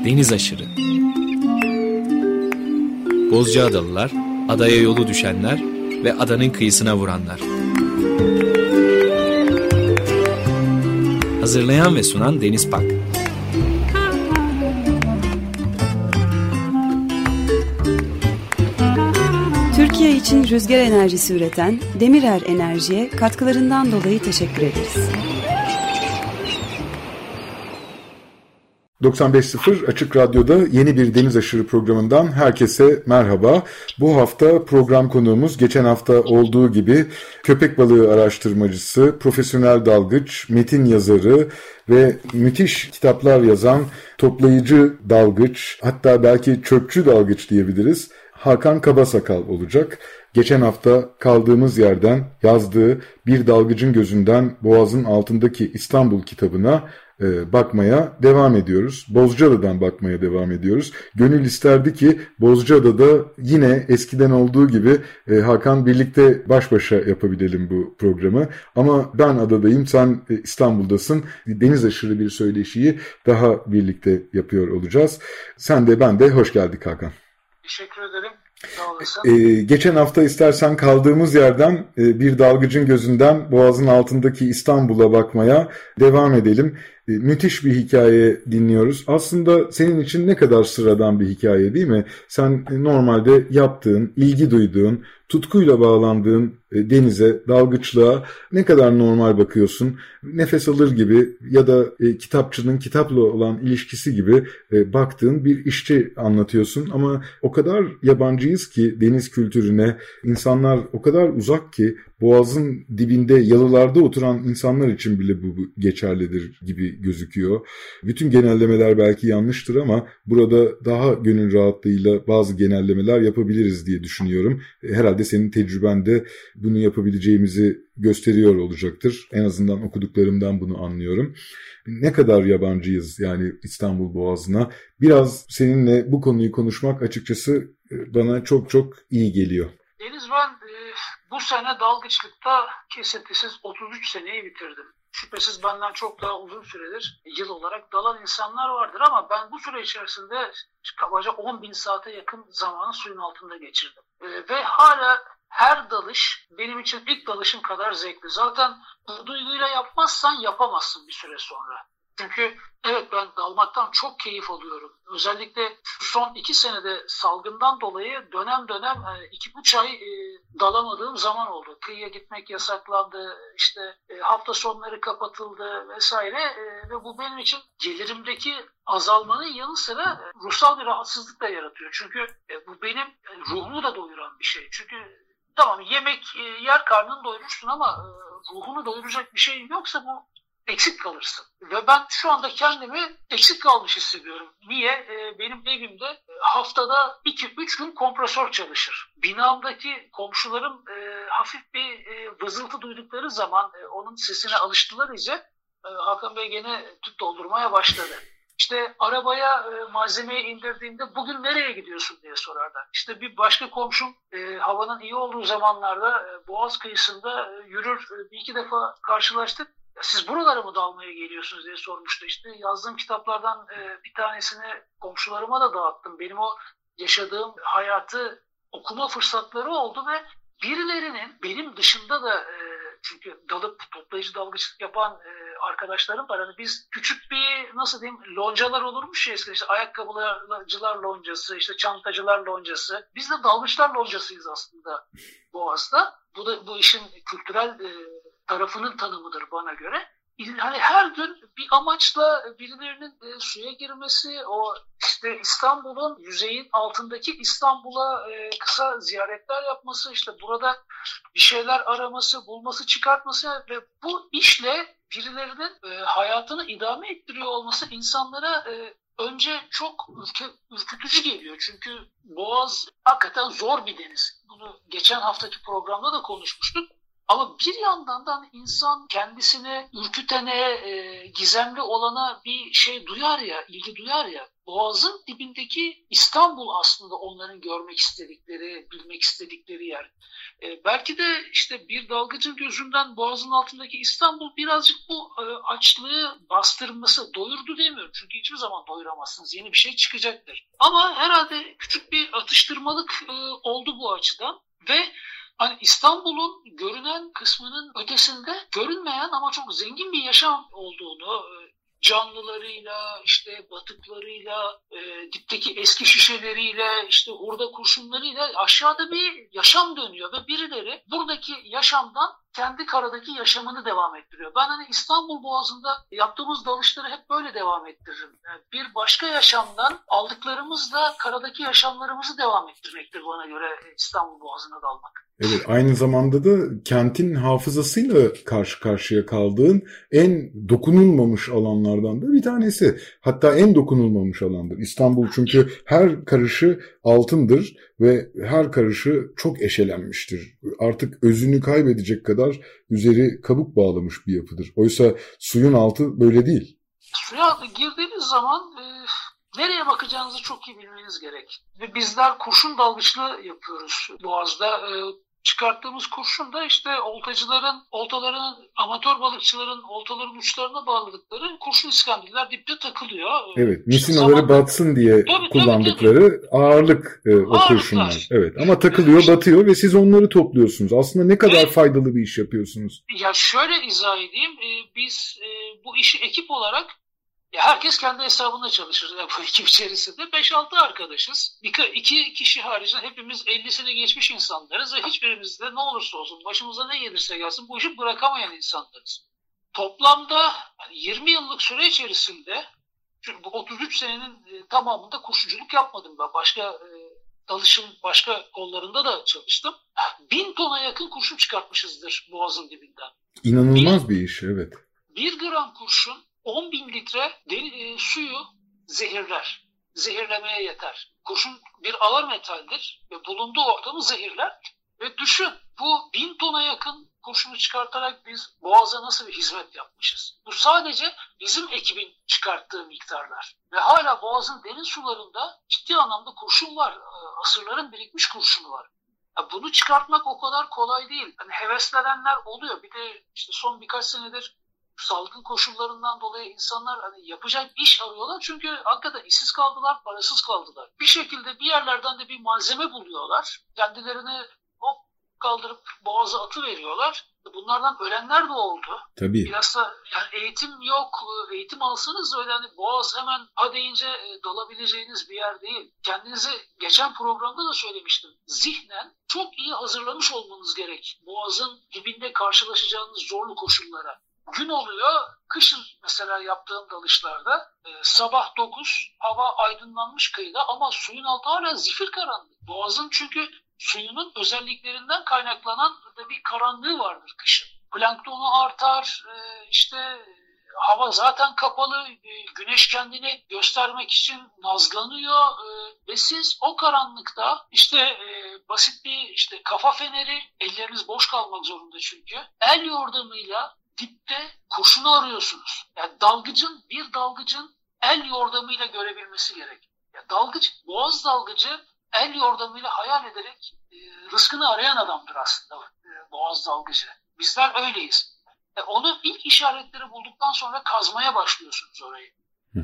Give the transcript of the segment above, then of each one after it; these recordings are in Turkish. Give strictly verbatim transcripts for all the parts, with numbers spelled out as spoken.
Deniz aşırı. Bozcaadalılar, adaya yolu düşenler ve adanın kıyısına vuranlar. Hazırlayan ve sunan Deniz Pak. Türkiye için rüzgar enerjisi üreten Demirer Enerji'ye katkılarından dolayı teşekkür ederiz. doksan beş nokta sıfır Açık Radyo'da yeni bir Deniz Aşırı programından herkese merhaba. Bu hafta program konuğumuz geçen hafta olduğu gibi köpek balığı araştırmacısı, profesyonel dalgıç, metin yazarı ve müthiş kitaplar yazan toplayıcı dalgıç, hatta belki çöpçü dalgıç diyebiliriz, Hakan Kabasakal olacak. Geçen hafta kaldığımız yerden yazdığı Bir Dalgıcın Gözünden Boğazın Altındaki İstanbul kitabına e, bakmaya devam ediyoruz. Bozcaada'dan bakmaya devam ediyoruz. Gönül isterdi ki Bozcaada'da yine eskiden olduğu gibi e, Hakan birlikte baş başa yapabilelim bu programı. Ama ben adadayım, sen e, İstanbul'dasın. Deniz aşırı bir söyleşiyi daha birlikte yapıyor olacağız. Sen de ben de hoş geldik Hakan. Teşekkür ederim. Ee, geçen hafta istersen kaldığımız yerden e, Bir Dalgıcın Gözünden Boğazın Altındaki İstanbul'a bakmaya devam edelim. E, müthiş bir hikaye dinliyoruz. Aslında senin için ne kadar sıradan bir hikaye, değil mi? Sen e, normalde yaptığın, ilgi duyduğun, tutkuyla bağlandığın e, denize, dalgıçlığa ne kadar normal bakıyorsun. Nefes alır gibi ya da e, kitapçının kitapla olan ilişkisi gibi e, baktığın bir işçi anlatıyorsun. Ama o kadar yabancıyız ki deniz kültürüne, insanlar o kadar uzak ki Boğazın dibinde yalılarda oturan insanlar için bile bu geçerlidir gibi gözüküyor. Bütün genellemeler belki yanlıştır ama burada daha gönül rahatlığıyla bazı genellemeler yapabiliriz diye düşünüyorum. Herhalde senin tecrübende bunu yapabileceğimizi gösteriyor olacaktır. En azından okuduklarımdan bunu anlıyorum. Ne kadar yabancıyız yani İstanbul Boğazı'na. Biraz seninle bu konuyu konuşmak açıkçası bana çok çok iyi geliyor. Deniz, ben e, bu sene dalgıçlıkta kesintisiz otuz üç seneyi bitirdim. Şüphesiz benden çok daha uzun süredir yıl olarak dalan insanlar vardır ama ben bu süre içerisinde kabaca on bin saate yakın zamanı suyun altında geçirdim. E, ve hala her dalış benim için ilk dalışım kadar zevkli. Zaten bu duyguyla yapmazsan yapamazsın bir süre sonra. Çünkü evet, ben dalmaktan çok keyif alıyorum. Özellikle son iki senede salgından dolayı dönem dönem iki üç ay dalamadığım zaman oldu. Kıyıya gitmek yasaklandı, işte hafta sonları kapatıldı vesaire ve bu benim için gelirimdeki azalmanın yanı sıra ruhsal bir rahatsızlık da yaratıyor. Çünkü bu benim ruhumu da doyuran bir şey. Çünkü tamam, yemek yer, karnını doyurursun ama ruhunu doyuracak bir şey yoksa bu eksik kalırsın. Ve ben şu anda kendimi eksik kalmış hissediyorum. Niye? Ee, benim evimde haftada iki üç gün kompresör çalışır. Binamdaki komşularım e, hafif bir e, vızıltı duydukları zaman e, onun sesine alıştılar iyice. E, Hakan Bey gene tüp doldurmaya başladı. İşte arabaya e, malzemeyi indirdiğimde bugün nereye gidiyorsun diye sorarlar. İşte bir başka komşum e, havanın iyi olduğu zamanlarda e, Boğaz kıyısında e, yürür e, bir iki defa karşılaştık. Siz buralara mı dalmaya geliyorsunuz diye sormuştu. İşte yazdığım kitaplardan e, bir tanesini komşularıma da dağıttım. Benim o yaşadığım hayatı okuma fırsatları oldu ve birilerinin benim dışında da e, çünkü dalıp toplayıcı dalgıçlık yapan e, arkadaşlarım var. Hani biz küçük bir, nasıl diyeyim, loncalar olurmuş ya eskiden, işte ayakkabıcılar loncası, işte çantacılar loncası. Biz de dalgıçlar loncasıyız aslında Boğaz'da. Bu da bu işin kültürel e, tarafının tanımıdır bana göre. Hani her gün bir amaçla birilerinin e, suya girmesi, o işte İstanbul'un yüzeyin altındaki İstanbul'a e, kısa ziyaretler yapması, işte burada bir şeyler araması, bulması, çıkartması ve bu işle birilerinin e, hayatını idame ettiriyor olması insanlara e, önce çok ürkü, ürkütücü geliyor. Çünkü Boğaz hakikaten zor bir deniz. Bunu geçen haftaki programda da konuşmuştuk. Ama bir yandan da insan kendisine ürkütene, e, gizemli olana bir şey duyar ya, ilgi duyar ya. Boğaz'ın dibindeki İstanbul aslında onların görmek istedikleri, bilmek istedikleri yer. E, belki de işte bir dalgıcın gözünden Boğaz'ın altındaki İstanbul birazcık bu e, açlığı bastırması, doyurdu demiyorum. Çünkü hiçbir zaman doyuramazsınız. Yeni bir şey çıkacaktır. Ama herhalde küçük bir atıştırmalık e, oldu bu açıdan ve hani İstanbul'un görünen kısmının ötesinde görünmeyen ama çok zengin bir yaşam olduğunu, canlılarıyla, işte batıklarıyla, e, dipteki eski şişeleriyle, işte hurda kurşunlarıyla aşağıda bir yaşam dönüyor ve birileri buradaki yaşamdan kendi karadaki yaşamını devam ettiriyor. Ben hani İstanbul Boğazı'nda yaptığımız dalışları hep böyle devam ettiririm. Yani bir başka yaşamdan aldıklarımızla karadaki yaşamlarımızı devam ettirmektir bana göre İstanbul Boğazı'na dalmak. Evet, aynı zamanda da kentin hafızasıyla karşı karşıya kaldığın en dokunulmamış alanlardan da bir tanesi. Hatta en dokunulmamış alandır. İstanbul çünkü her karışı altındır ve her karışı çok eşelenmiştir. Artık özünü kaybedecek kadar üzeri kabuk bağlamış bir yapıdır. Oysa suyun altı böyle değil. Suya girdiğiniz zaman e, nereye bakacağınızı çok iyi bilmeniz gerek. Ve bizler kurşun dalgıçlığı yapıyoruz Boğaz'da. E, Çıkarttığımız kurşun da işte oltacıların, oltaların, amatör balıkçıların oltaların uçlarına bağladıkları kurşun iskandiller dipte takılıyor. Evet, misinaları zaman... batsın diye tabii, kullandıkları tabii, tabii. ağırlık e, o kurşunlar. Evet, ama takılıyor, batıyor ve siz onları topluyorsunuz. Aslında ne kadar evet. faydalı bir iş yapıyorsunuz. Ya şöyle izah edeyim, e, biz e, bu işi ekip olarak ya herkes kendi hesabına çalışır yani bu ekip içerisinde. beş altı arkadaşız. Bir, iki kişi haricinde hepimiz ellisini geçmiş insanlarız ve hiçbirimizde ne olursa olsun başımıza ne gelirse gelsin bu işi bırakamayan insanlarız. Toplamda yirmi yıllık süre içerisinde çünkü bu otuz üç senenin tamamında kurşunculuk yapmadım ben. Başka dalışın başka kollarında da çalıştım. Bin tona yakın kurşun çıkartmışızdır Boğaz'ın dibinden. İnanılmaz bir, bir iş, evet. Bir gram kurşun on bin litre deli, e, suyu zehirler. Zehirlemeye yeter. Kurşun bir ağır metaldir ve bulunduğu ortamı zehirler. Ve düşün bu bin tona yakın kurşunu çıkartarak biz Boğaz'a nasıl bir hizmet yapmışız. Bu sadece bizim ekibin çıkarttığı miktarlar. Ve hala Boğaz'ın derin sularında ciddi anlamda kurşun var. Asırların birikmiş kurşunu var. Ya bunu çıkartmak o kadar kolay değil. Hani heveslenenler oluyor. Bir de işte son birkaç senedir salgın koşullarından dolayı insanlar hani yapacak iş arıyorlar çünkü hakikaten işsiz kaldılar, parasız kaldılar. Bir şekilde bir yerlerden de bir malzeme buluyorlar. Kendilerini hop kaldırıp boğaza atıveriyorlar. Bunlardan ölenler de oldu. Tabii. Biraz da yani eğitim yok. Eğitim alsanız öyle hani boğaz hemen ha deyince dalabileceğiniz bir yer değil. Kendinizi geçen programda da söylemiştim. Zihnen çok iyi hazırlamış olmanız gerek. Boğazın dibinde karşılaşacağınız zorlu koşullara. Gün oluyor, kışın mesela yaptığım dalışlarda e, sabah dokuz hava aydınlanmış kıyıda ama suyun altı hala zifir karanlık. Boğazın çünkü suyunun özelliklerinden kaynaklanan da bir karanlığı vardır kışın. Planktonu artar, e, işte hava zaten kapalı, e, güneş kendini göstermek için nazlanıyor e, ve siz o karanlıkta işte e, basit bir işte kafa feneri, elleriniz boş kalmak zorunda çünkü, el yordamıyla dipte kurşunu arıyorsunuz. Yani dalgıcın, bir dalgıcın el yordamıyla görebilmesi gerek. Yani dalgıç, boğaz dalgıcı el yordamıyla hayal ederek e, rızkını arayan adamdır aslında e, boğaz dalgıcı. Bizler öyleyiz. E, onu ilk işaretleri bulduktan sonra kazmaya başlıyorsunuz orayı.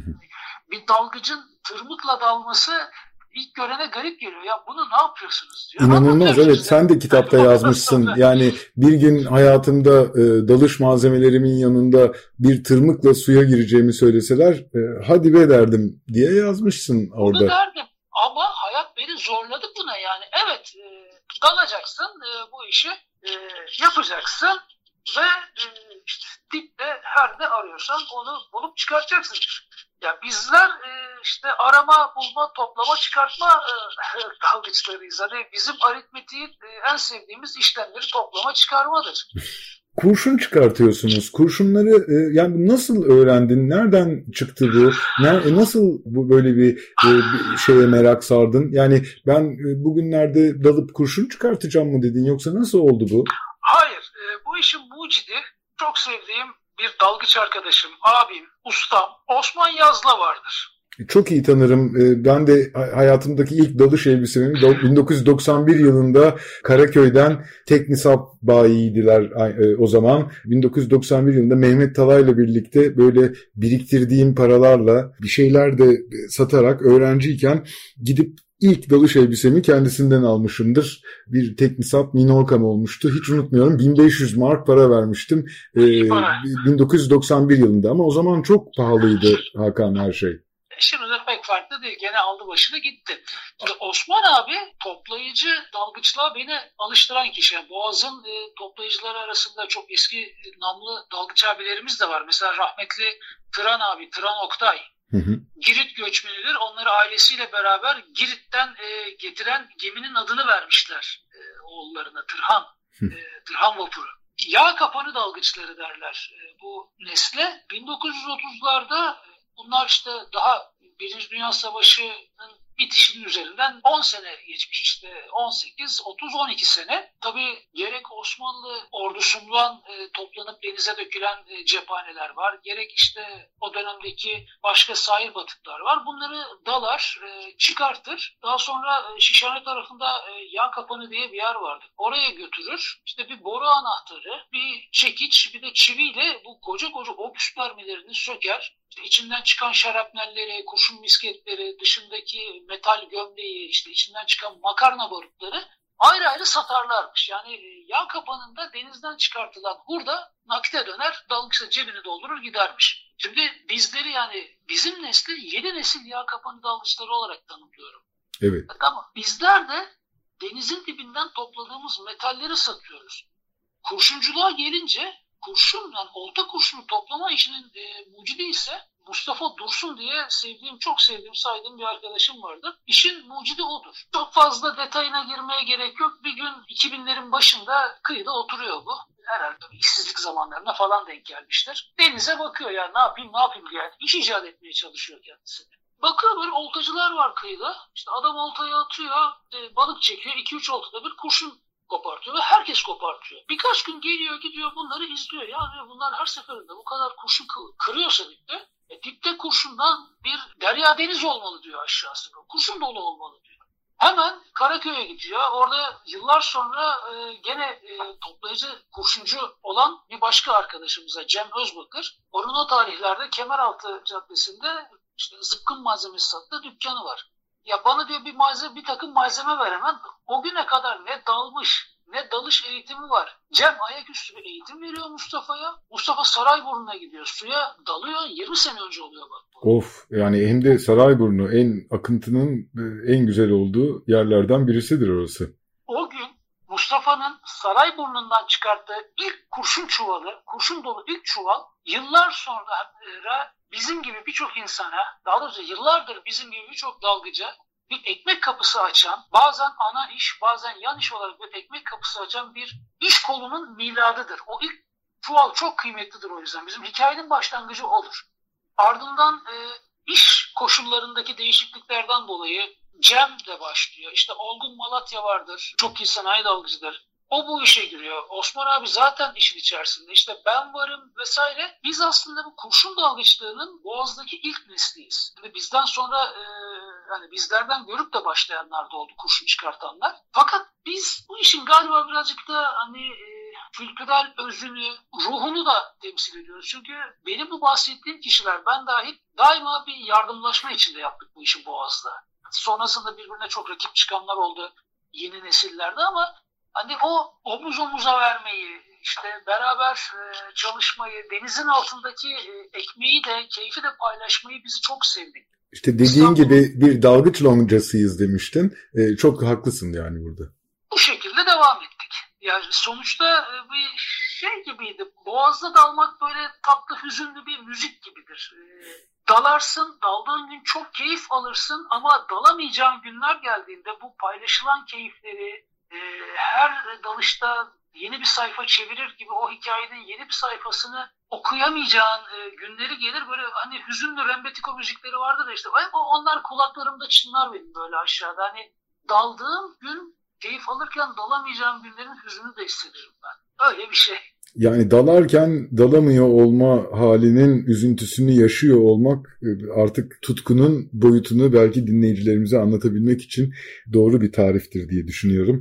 Bir dalgıcın tırmıkla dalması ilk görene garip geliyor. Ya bunu ne yapıyorsunuz diyor. İnanılmaz, evet, sen de kitapta yazmışsın. Yani bir gün hayatımda e, dalış malzemelerimin yanında bir tırmıkla suya gireceğimi söyleseler e, hadi be derdim diye yazmışsın orada. Bunu derdim ama hayat beni zorladı buna yani. Evet e, dalacaksın e, bu işi e, yapacaksın ve e, işte dipte her ne arıyorsan onu bulup çıkartacaksın. Ya bizler e, işte arama, bulma, toplama, çıkartma e, dalgıçlarıyız. Hani bizim aritmetiğin e, en sevdiğimiz işlemleri toplama, çıkarmadır. Kurşun çıkartıyorsunuz. Kurşunları e, yani nasıl öğrendin? Nereden çıktı bu? Ne, nasıl bu böyle bir, e, bir şeye merak sardın? Yani ben e, bugünlerde dalıp kurşun çıkartacağım mı dedin? Yoksa nasıl oldu bu? Hayır. E, bu işin mucidi çok sevdiğim bir dalgıç arkadaşım, abim, ustam Osman Yazla vardır. Çok iyi tanırım. Ben de hayatımdaki ilk dalış elbisemi bin dokuz yüz doksan bir yılında Karaköy'den Teknisap bayiydiler o zaman. bin dokuz yüz doksan bir yılında Mehmet Talay'la birlikte böyle biriktirdiğim paralarla bir şeyler de satarak öğrenciyken gidip İlk dalış elbisemi kendisinden almışımdır. Bir Teknisap Minorcam olmuştu. Hiç unutmuyorum. bin beş yüz mark para vermiştim. Ee, bin dokuz yüz doksan bir yılında ama o zaman çok pahalıydı Hakan her şey. Şimdi de pek farklı değil. Gene aldı başını gitti. Şimdi Osman abi toplayıcı dalgıçlığa beni alıştıran kişi. Yani Boğaz'ın e, toplayıcıları arasında çok eski namlı dalgıç abilerimiz de var. Mesela rahmetli Tıran abi, Tıran Oktay. Hı hı. Girit göçmenidir. Onları ailesiyle beraber Girit'ten e, getiren geminin adını vermişler e, oğullarına. Tırhan. E, Tırhan vapuru. Yağ kapanı dalgıçları derler e, bu nesle. bin dokuz yüz otuzlarda bunlar işte daha Birinci Dünya Savaşı'nın bitişinin üzerinden on sene geçmiş, işte on sekiz, otuz, on iki sene. Tabii gerek Osmanlı ordusundan e, toplanıp denize dökülen e, cephaneler var. Gerek işte o dönemdeki başka sahil batıklar var. Bunları dalar, e, çıkartır. Daha sonra e, Şişhane tarafında e, Yağ Kapanı diye bir yer vardı. Oraya götürür. İşte bir boru anahtarı, bir çekiç, bir de çiviyle bu koca koca opüs mermilerini söker. İşte içinden çıkan şarapnelleri, kurşun misketleri, dışındaki metal gömleği, işte içinden çıkan makarna barutları ayrı ayrı satarlarmış. Yani yağ kapanında denizden çıkartılan hurda nakite döner, dalgıçla cebini doldurur gidermiş. Şimdi bizleri, yani bizim nesli yedi nesil yağ kapanı dalgıçları olarak tanımlıyorum. Evet. Ama bizler de denizin dibinden topladığımız metalleri satıyoruz. Kurşunculuğa gelince kurşun, yani olta kurşunu toplama işinin e, mucidi ise Mustafa Dursun diye sevdiğim, çok sevdiğim, saydığım bir arkadaşım vardı. İşin mucidi odur. Çok fazla detayına girmeye gerek yok. Bir gün iki binlerin başında kıyıda oturuyor bu. Herhalde işsizlik zamanlarına falan denk gelmiştir. Denize bakıyor, ya ne yapayım ne yapayım diye. Yani iş icat etmeye çalışıyor kendisini. Bakıyor, böyle oltacılar var kıyıda. İşte adam oltayı atıyor, e, balık çekiyor. iki üç oltada bir kurşun kopartıyor ve herkes kopartıyor. Birkaç gün geliyor gidiyor, bunları izliyor. Ya diyor, bunlar her seferinde bu kadar kurşun kırıyorsa dipte, e, dipte kurşundan bir derya deniz olmalı diyor aşağısı. Kurşun dolu olmalı diyor. Hemen Karaköy'e gidiyor. Orada yıllar sonra e, gene e, toplayıcı kurşuncu olan bir başka arkadaşımıza, Cem Özbakır, onun o tarihlerde Kemeraltı Caddesi'nde işte zıpkın malzemesi sattığı dükkanı var. Ya bana diyor bir malzeme, bir takım malzeme ver hemen. O güne kadar ne dalmış, ne dalış eğitimi var. Cem ayaküstü bir eğitim veriyor Mustafa'ya. Mustafa Sarayburnu'na gidiyor. Suya dalıyor. yirmi sene önce oluyor bak. Of, yani hem de Sarayburnu en akıntının en güzel olduğu yerlerden birisidir orası. O gün Mustafa'nın Sarayburnu'ndan çıkarttığı ilk kurşun çuvalı, kurşun dolu ilk çuval, yıllar sonra bizim gibi birçok insana, daha doğrusu yıllardır bizim gibi birçok dalgıca bir ekmek kapısı açan, bazen ana iş, bazen yan iş olarak bir ekmek kapısı açan bir iş kolunun miladıdır. O ilk çuval çok kıymetlidir o yüzden. Bizim hikayenin başlangıcı odur. Ardından e, iş koşullarındaki değişikliklerden dolayı Cem de başlıyor. İşte Olgun Malatya vardır. Çok iyi sanayi dalgıcıdır. O bu işe giriyor. Osman abi zaten işin içerisinde. İşte ben varım vesaire. Biz aslında bu kurşun dalgıçlığının Boğaz'daki ilk nesliyiz. Yani bizden sonra e, yani bizlerden görüp de başlayanlar da oldu, kurşun çıkartanlar. Fakat biz bu işin galiba birazcık da hani e, kültürel özünü, ruhunu da temsil ediyoruz. Çünkü benim bu bahsettiğim kişiler, ben dahil, daima bir yardımlaşma içinde yaptık bu işi Boğaz'da. Sonrasında birbirine çok rakip çıkanlar oldu yeni nesillerde ama hani o omuz omuza vermeyi, işte beraber e, çalışmayı, denizin altındaki e, ekmeği de, keyfi de paylaşmayı bizi çok sevdik. İşte dediğin İstanbul, gibi bir dalgıç loncasıyız demiştin. E, çok haklısın yani burada. Bu şekilde devam ettik. Yani sonuçta e, bir şey gibiydi. Boğaz'da dalmak böyle tatlı, hüzünlü bir müzik gibidir. E, dalarsın, daldığın gün çok keyif alırsın ama dalamayacağın günler geldiğinde bu paylaşılan keyifleri, e, her dalışta yeni bir sayfa çevirir gibi o hikayenin yeni bir sayfasını okuyamayacağın e, günleri gelir. Böyle hani hüzünlü rembetiko müzikleri vardır ya işte. Onlar kulaklarımda çınlar benim böyle aşağıda. Hani daldığım gün keyif alırken dalamayacağım günlerin hüzünü de hissederim ben. Öyle bir şey. Yani dalarken dalamıyor olma halinin üzüntüsünü yaşıyor olmak artık tutkunun boyutunu belki dinleyicilerimize anlatabilmek için doğru bir tariftir diye düşünüyorum.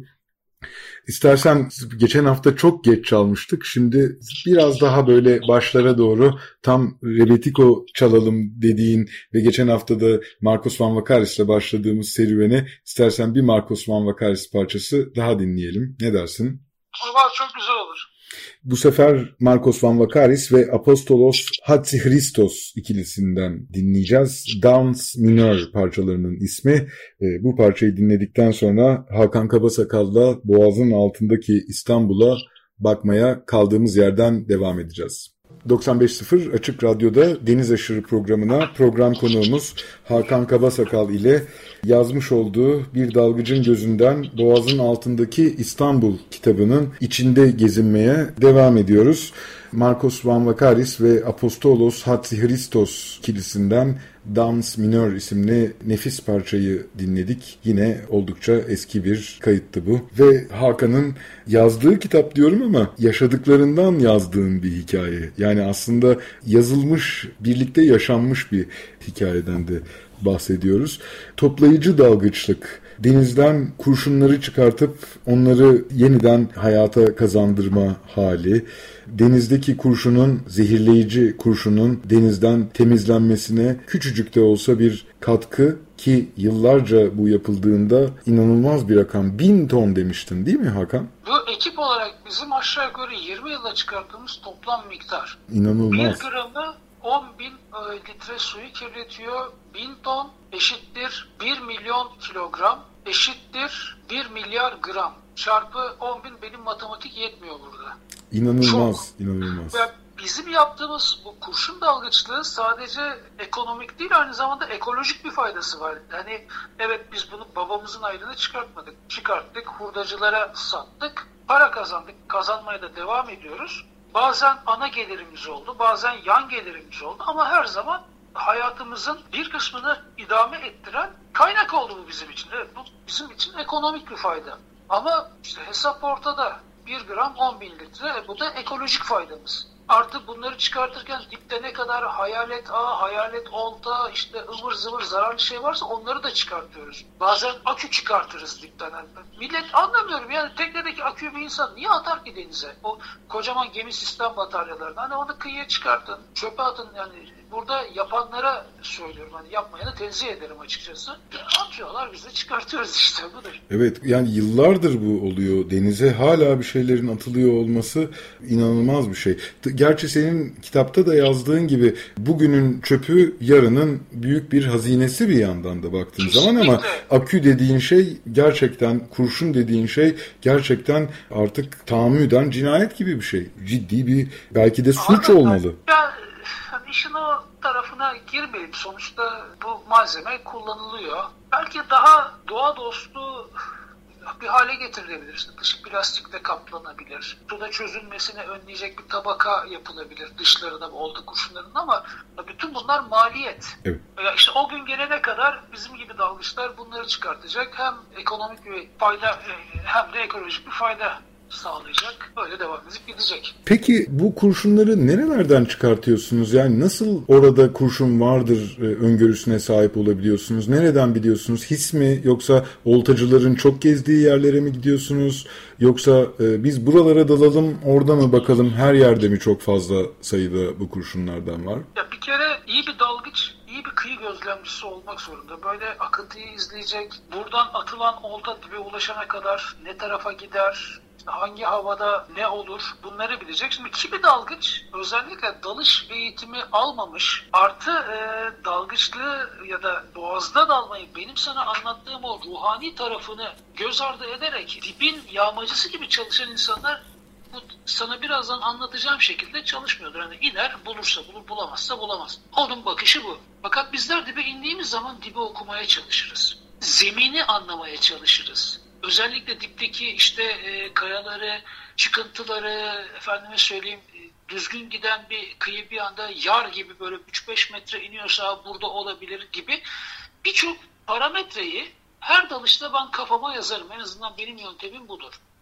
İstersen geçen hafta çok geç çalmıştık. Şimdi biraz daha böyle başlara doğru tam Rebetiko çalalım dediğin ve geçen hafta da Marcos Van Vakaris'le başladığımız serüvene istersen bir Marcos Van Vakaris parçası daha dinleyelim. Ne dersin? Var, çok güzel olur. Bu sefer Marcos Van Vakaris ve Apostolos Hatzihristos ikilisinden dinleyeceğiz. Dance Minör parçalarının ismi. E, bu parçayı dinledikten sonra Hakan Kabasakal'la Boğaz'ın altındaki İstanbul'a bakmaya kaldığımız yerden devam edeceğiz. doksan beş nokta sıfır Açık Radyo'da Deniz Aşırı programına program konuğumuz Hakan Kabasakal ile yazmış olduğu Bir Dalgıcın Gözünden Boğazın Altındaki İstanbul kitabının içinde gezinmeye devam ediyoruz. Marcos Van Vakaris ve Apostolos Hatzihristos ikilisinden Dance Minör isimli nefis parçayı dinledik. Yine oldukça eski bir kayıttı bu. Ve Hakan'ın yazdığı kitap diyorum ama yaşadıklarından yazdığım bir hikaye. Yani aslında yazılmış, birlikte yaşanmış bir hikayeden de bahsediyoruz. Toplayıcı dalgıçlık, denizden kurşunları çıkartıp onları yeniden hayata kazandırma hali, denizdeki kurşunun, zehirleyici kurşunun denizden temizlenmesine küçücük de olsa bir katkı ki yıllarca bu yapıldığında inanılmaz bir rakam. Bin ton demiştin değil mi Hakan? Bu ekip olarak bizim aşağı yukarı yirmi yılda çıkarttığımız toplam miktar. İnanılmaz. Bir gramı on bin litre suyu kirletiyor. Bin ton eşittir bir milyon kilogram eşittir bir milyar gram. Çarpı on bin, benim matematik yetmiyor burada. İnanılmaz, Çok. inanılmaz. Ve bizim yaptığımız bu kurşun dalgıçlığı sadece ekonomik değil, aynı zamanda ekolojik bir faydası var. Yani evet, biz bunu babamızın ayrını çıkartmadık. Çıkarttık, hurdacılara sattık, para kazandık, kazanmaya da devam ediyoruz. Bazen ana gelirimiz oldu, bazen yan gelirimiz oldu ama her zaman hayatımızın bir kısmını idame ettiren kaynak oldu bu bizim için. Evet, bu bizim için ekonomik bir fayda. Ama işte hesap ortada. bir gram on bin litre, bu da ekolojik faydamız. Artı bunları çıkartırken dipte ne kadar hayalet ağ, hayalet olta, işte ıvır zıvır zararlı şey varsa onları da çıkartıyoruz. Bazen akü çıkartırız dipten. Millet anlamıyorum yani, teknedeki aküyü bir insan niye atar ki denize? O kocaman gemi sistem bataryalarını hani onu kıyıya çıkartın, çöpe atın yani. Burada yapanlara söylüyorum, hani yapmayanı tenzih ederim açıkçası. Atıyorlar, biz de çıkartıyoruz işte, budur. Evet, yani yıllardır bu oluyor. Denize hala bir şeylerin atılıyor olması inanılmaz bir şey. Gerçi senin kitapta da yazdığın gibi bugünün çöpü yarının büyük bir hazinesi bir yandan da baktığın Kesinlikle. zaman ama akü dediğin şey gerçekten, kurşun dediğin şey gerçekten artık tahammüden cinayet gibi bir şey. Ciddi bir belki de suç Anladım. olmalı. Ya, işin o tarafına girmeyeyim. Sonuçta bu malzeme kullanılıyor. Belki daha doğa dostu bir hale getirilebilir. Dışı plastikle kaplanabilir. Suda çözülmesini önleyecek bir tabaka yapılabilir dışlarına olta kurşunlarının ama bütün bunlar maliyet. Evet. Ya işte o gün gelene kadar bizim gibi dalgıçlar bunları çıkartacak. Hem ekonomik bir fayda hem de ekolojik bir fayda sağlayacak. Böyle devam edip gidecek. Peki bu kurşunları nerelerden çıkartıyorsunuz? Yani nasıl orada kurşun vardır öngörüsüne sahip olabiliyorsunuz? Nereden biliyorsunuz? His mi? Yoksa oltacıların çok gezdiği yerlere mi gidiyorsunuz? Yoksa e, biz buralara dalalım, orada mı bakalım? Her yerde mi çok fazla sayıda bu kurşunlardan var? Ya bir kere iyi bir dalgıç, iyi bir kıyı gözlemcisi olmak zorunda. Böyle akıntıyı izleyecek. Buradan atılan olta dibe ulaşana kadar ne tarafa gider? Hangi havada ne olur, bunları bilecek. Şimdi kimi dalgıç özellikle dalış eğitimi almamış, artı e, dalgıçlığı ya da boğazda dalmayı benim sana anlattığım o ruhani tarafını göz ardı ederek dibin yağmacısı gibi çalışan insanlar bu sana birazdan anlatacağım şekilde çalışmıyordur. Hani iner, bulursa bulur, bulamazsa bulamaz. Onun bakışı bu. Fakat bizler dibe indiğimiz zaman dibi okumaya çalışırız. Zemini anlamaya çalışırız. Özellikle dipteki işte e, kayaları, çıkıntıları, efendime söyleyeyim e, düzgün giden bir kıyı bir anda yar gibi böyle üç beş metre iniyorsa burada olabilir gibi birçok parametreyi her dalışta ben kafama yazarım. En azından benim yöntemim budur.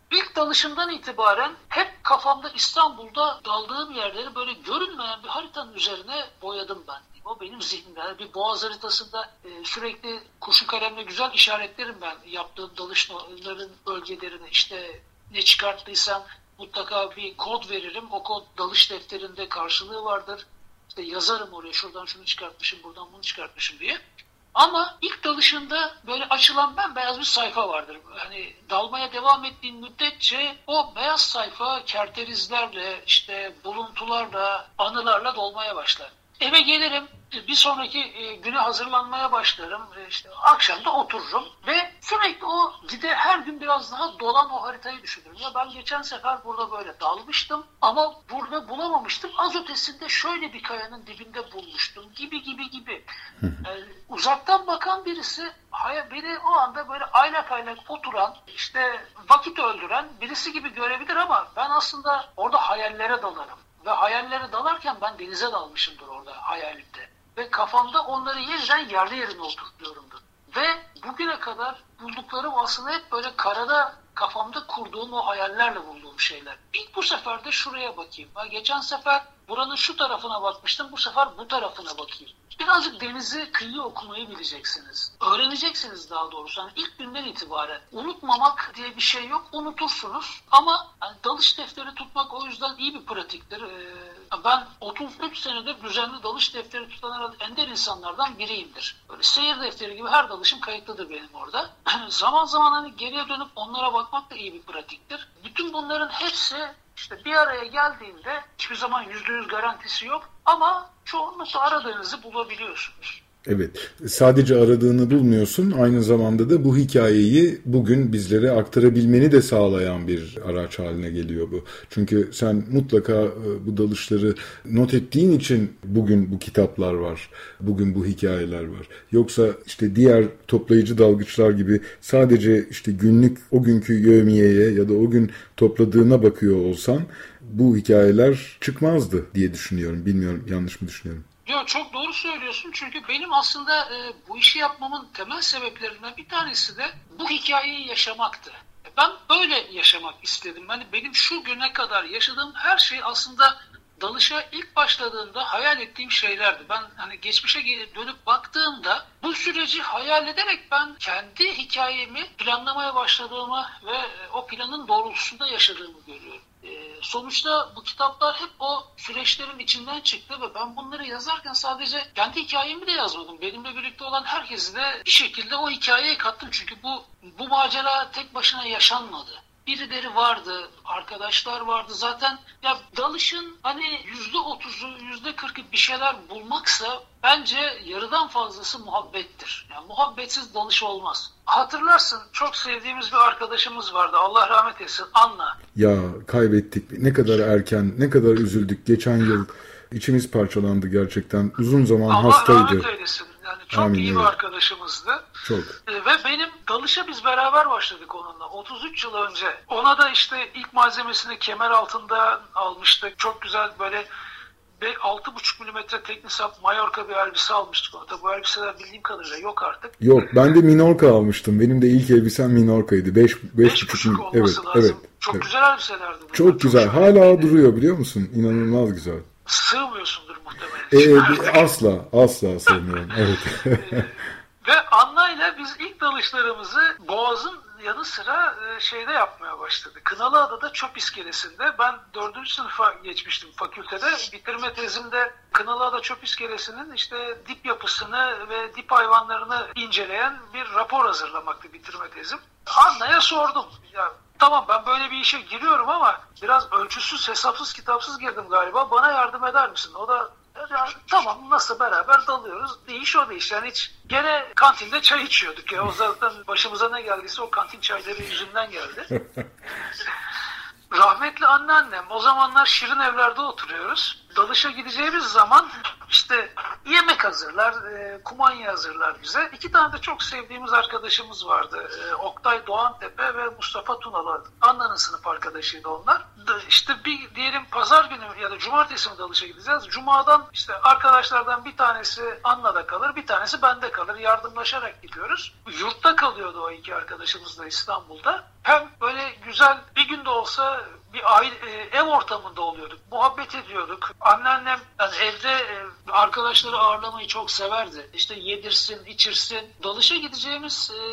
İlk dalışımdan itibaren hep kafamda İstanbul'da daldığım yerleri böyle görünmeyen bir haritanın üzerine boyadım ben. O benim zihnimde. Yani bir boğaz haritasında e, sürekli kurşun kalemle güzel işaretlerim ben yaptığım dalışların bölgelerini. İşte ne çıkarttıysam mutlaka bir kod veririm. O kod dalış defterinde karşılığı vardır. İşte yazarım oraya, şuradan şunu çıkartmışım, buradan bunu çıkartmışım diye. Ama ilk dalışında böyle açılan bembeyaz bir sayfa vardır. Hani dalmaya devam ettiğin müddetçe o beyaz sayfa kerterizlerle, işte buluntularla, anılarla dolmaya başlar. Eve gelirim, bir sonraki güne hazırlanmaya başlarım. İşte akşam da otururum ve sürekli o gide her gün biraz daha dolan o haritayı düşünürüm. Ya ben geçen sefer burada böyle dalmıştım ama burada bulamamıştım. Az ötesinde şöyle bir kayanın dibinde bulmuştum gibi gibi gibi. Yani uzaktan bakan birisi beni o anda böyle aylak aylak oturan, işte vakit öldüren birisi gibi görebilir ama ben aslında orada hayallere dalarım. Ve hayallere dalarken ben denize dalmışımdır orada hayalimde. Ve kafamda onları yeniden yerli yerine oturtuyorumdur. Ve bugüne kadar bulduklarım aslında hep böyle karada kafamda kurduğum o hayallerle bulduğum şeyler. İlk bu sefer de şuraya bakayım. Ha, geçen sefer buranın şu tarafına bakmıştım, bu sefer bu tarafına bakayım. Birazcık denizi, kıyı okumayı bileceksiniz. Öğreneceksiniz daha doğrusu. Yani ilk günden itibaren. Unutmamak diye bir şey yok. Unutursunuz. Ama yani dalış defteri tutmak o yüzden iyi bir pratiktir. Ee, ben otuz üç senedir düzenli dalış defteri tutan herhalde ender insanlardan biriyimdir. Böyle seyir defteri gibi her dalışım kayıtlıdır benim orada. Zaman zaman hani geriye dönüp onlara bakmak da iyi bir pratiktir. Bütün bunların hepsi İşte bir araya geldiğinde hiçbir zaman yüzde yüz garantisi yok ama çoğunlukla aradığınızı bulabiliyorsunuz. Evet, sadece aradığını bulmuyorsun, aynı zamanda da bu hikayeyi bugün bizlere aktarabilmeni de sağlayan bir araç haline geliyor bu. Çünkü sen mutlaka bu dalışları not ettiğin için bugün bu kitaplar var, bugün bu hikayeler var. Yoksa işte diğer toplayıcı dalgıçlar gibi sadece işte günlük o günkü yevmiyeye ya da o gün topladığına bakıyor olsan bu hikayeler çıkmazdı diye düşünüyorum. Bilmiyorum, yanlış mı düşünüyorum? Yo, çok doğru söylüyorsun çünkü benim aslında e, bu işi yapmamın temel sebeplerinden bir tanesi de bu hikayeyi yaşamaktı. Ben böyle yaşamak istedim. Yani benim şu güne kadar yaşadığım her şey aslında dalışa ilk başladığımda hayal ettiğim şeylerdi. Ben hani geçmişe dönüp baktığımda bu süreci hayal ederek ben kendi hikayemi planlamaya başladığımı ve o planın doğrultusunda yaşadığımı görüyorum. Sonuçta bu kitaplar hep o süreçlerin içinden çıktı ve ben bunları yazarken sadece kendi hikayemi de yazmadım. Benimle birlikte olan herkesi de bir şekilde o hikayeye kattım. Çünkü bu bu macera tek başına yaşanmadı. Birileri vardı, arkadaşlar vardı. Zaten ya dalışın hani yüzde otuzu, yüzde kırkı bir şeyler bulmaksa bence yarıdan fazlası muhabbettir. Yani muhabbetsiz dalış olmaz. Hatırlarsın, çok sevdiğimiz bir arkadaşımız vardı. Allah rahmet eylesin, Anna. Ya kaybettik. Ne kadar erken, ne kadar üzüldük. Geçen yıl içimiz parçalandı gerçekten. Uzun zaman Allah hastaydı. Allah rahmet eylesin. Yani çok Amin, iyi evet. bir arkadaşımızdı. Çok. Ve benim dalışa biz beraber başladık onunla. otuz üç yıl önce. Ona da işte ilk malzemesini kemer altında almıştık. Çok güzel böyle altı buçuk milimetre Teknisap Mallorca bir elbise almıştık ona. Bu elbiseler bildiğim kadarıyla yok artık. Yok, ben de Minorca almıştım. Benim de ilk elbisem Minorca'ydı. beş buçuk olması evet, lazım. Evet, çok evet. güzel elbiselerdi. Bunlar. Çok güzel. Çok Hala duruyor biliyor musun? İnanılmaz güzel. Sığmıyorsundur muhtemelen. Ee, asla, asla sığmıyorum. Evet. Ve Anna ile biz ilk dalışlarımızı Boğaz'ın yanı sıra şeyde yapmaya başladık. Kınalıada'da çöp iskelesinde. Ben dördüncü sınıfa geçmiştim fakültede. Bitirme tezimde Kınalıada çöp iskelesinin işte dip yapısını ve dip hayvanlarını inceleyen bir rapor hazırlamaktı bitirme tezim. Anna'ya sordum. Ya, tamam ben böyle bir işe giriyorum ama biraz ölçüsüz, hesapsız, kitapsız girdim galiba. Bana yardım eder misin? O da ya, tamam nasıl beraber dalıyoruz. Değiş o değiş. Yani hiç gene kantinde çay içiyorduk ya. O zaten başımıza ne geldiyse o kantin çayları yüzünden geldi. Rahmetli anneannem, o zamanlar Şirin Evler'de oturuyoruz. Dalışa gideceğimiz zaman işte yemek hazırlar, e, kumanya hazırlar bize. İki tane de çok sevdiğimiz arkadaşımız vardı. E, Oktay Doğantepe ve Mustafa Tunalı. Anna'nın sınıf arkadaşıydı onlar. İşte bir diyelim pazar günü ya da cumartesi mi dalışa gideceğiz. Cuma'dan işte arkadaşlardan bir tanesi Anna'da kalır, bir tanesi bende kalır. Yardımlaşarak gidiyoruz. Yurtta kalıyordu o iki arkadaşımız da İstanbul'da. Hem böyle güzel bir günde olsa bir aile, ev ortamında oluyorduk. Muhabbet ediyorduk. Anneannem yani evde arkadaşları ağırlamayı çok severdi. İşte yedirsin, içirsin. Dalışa gideceğimiz e,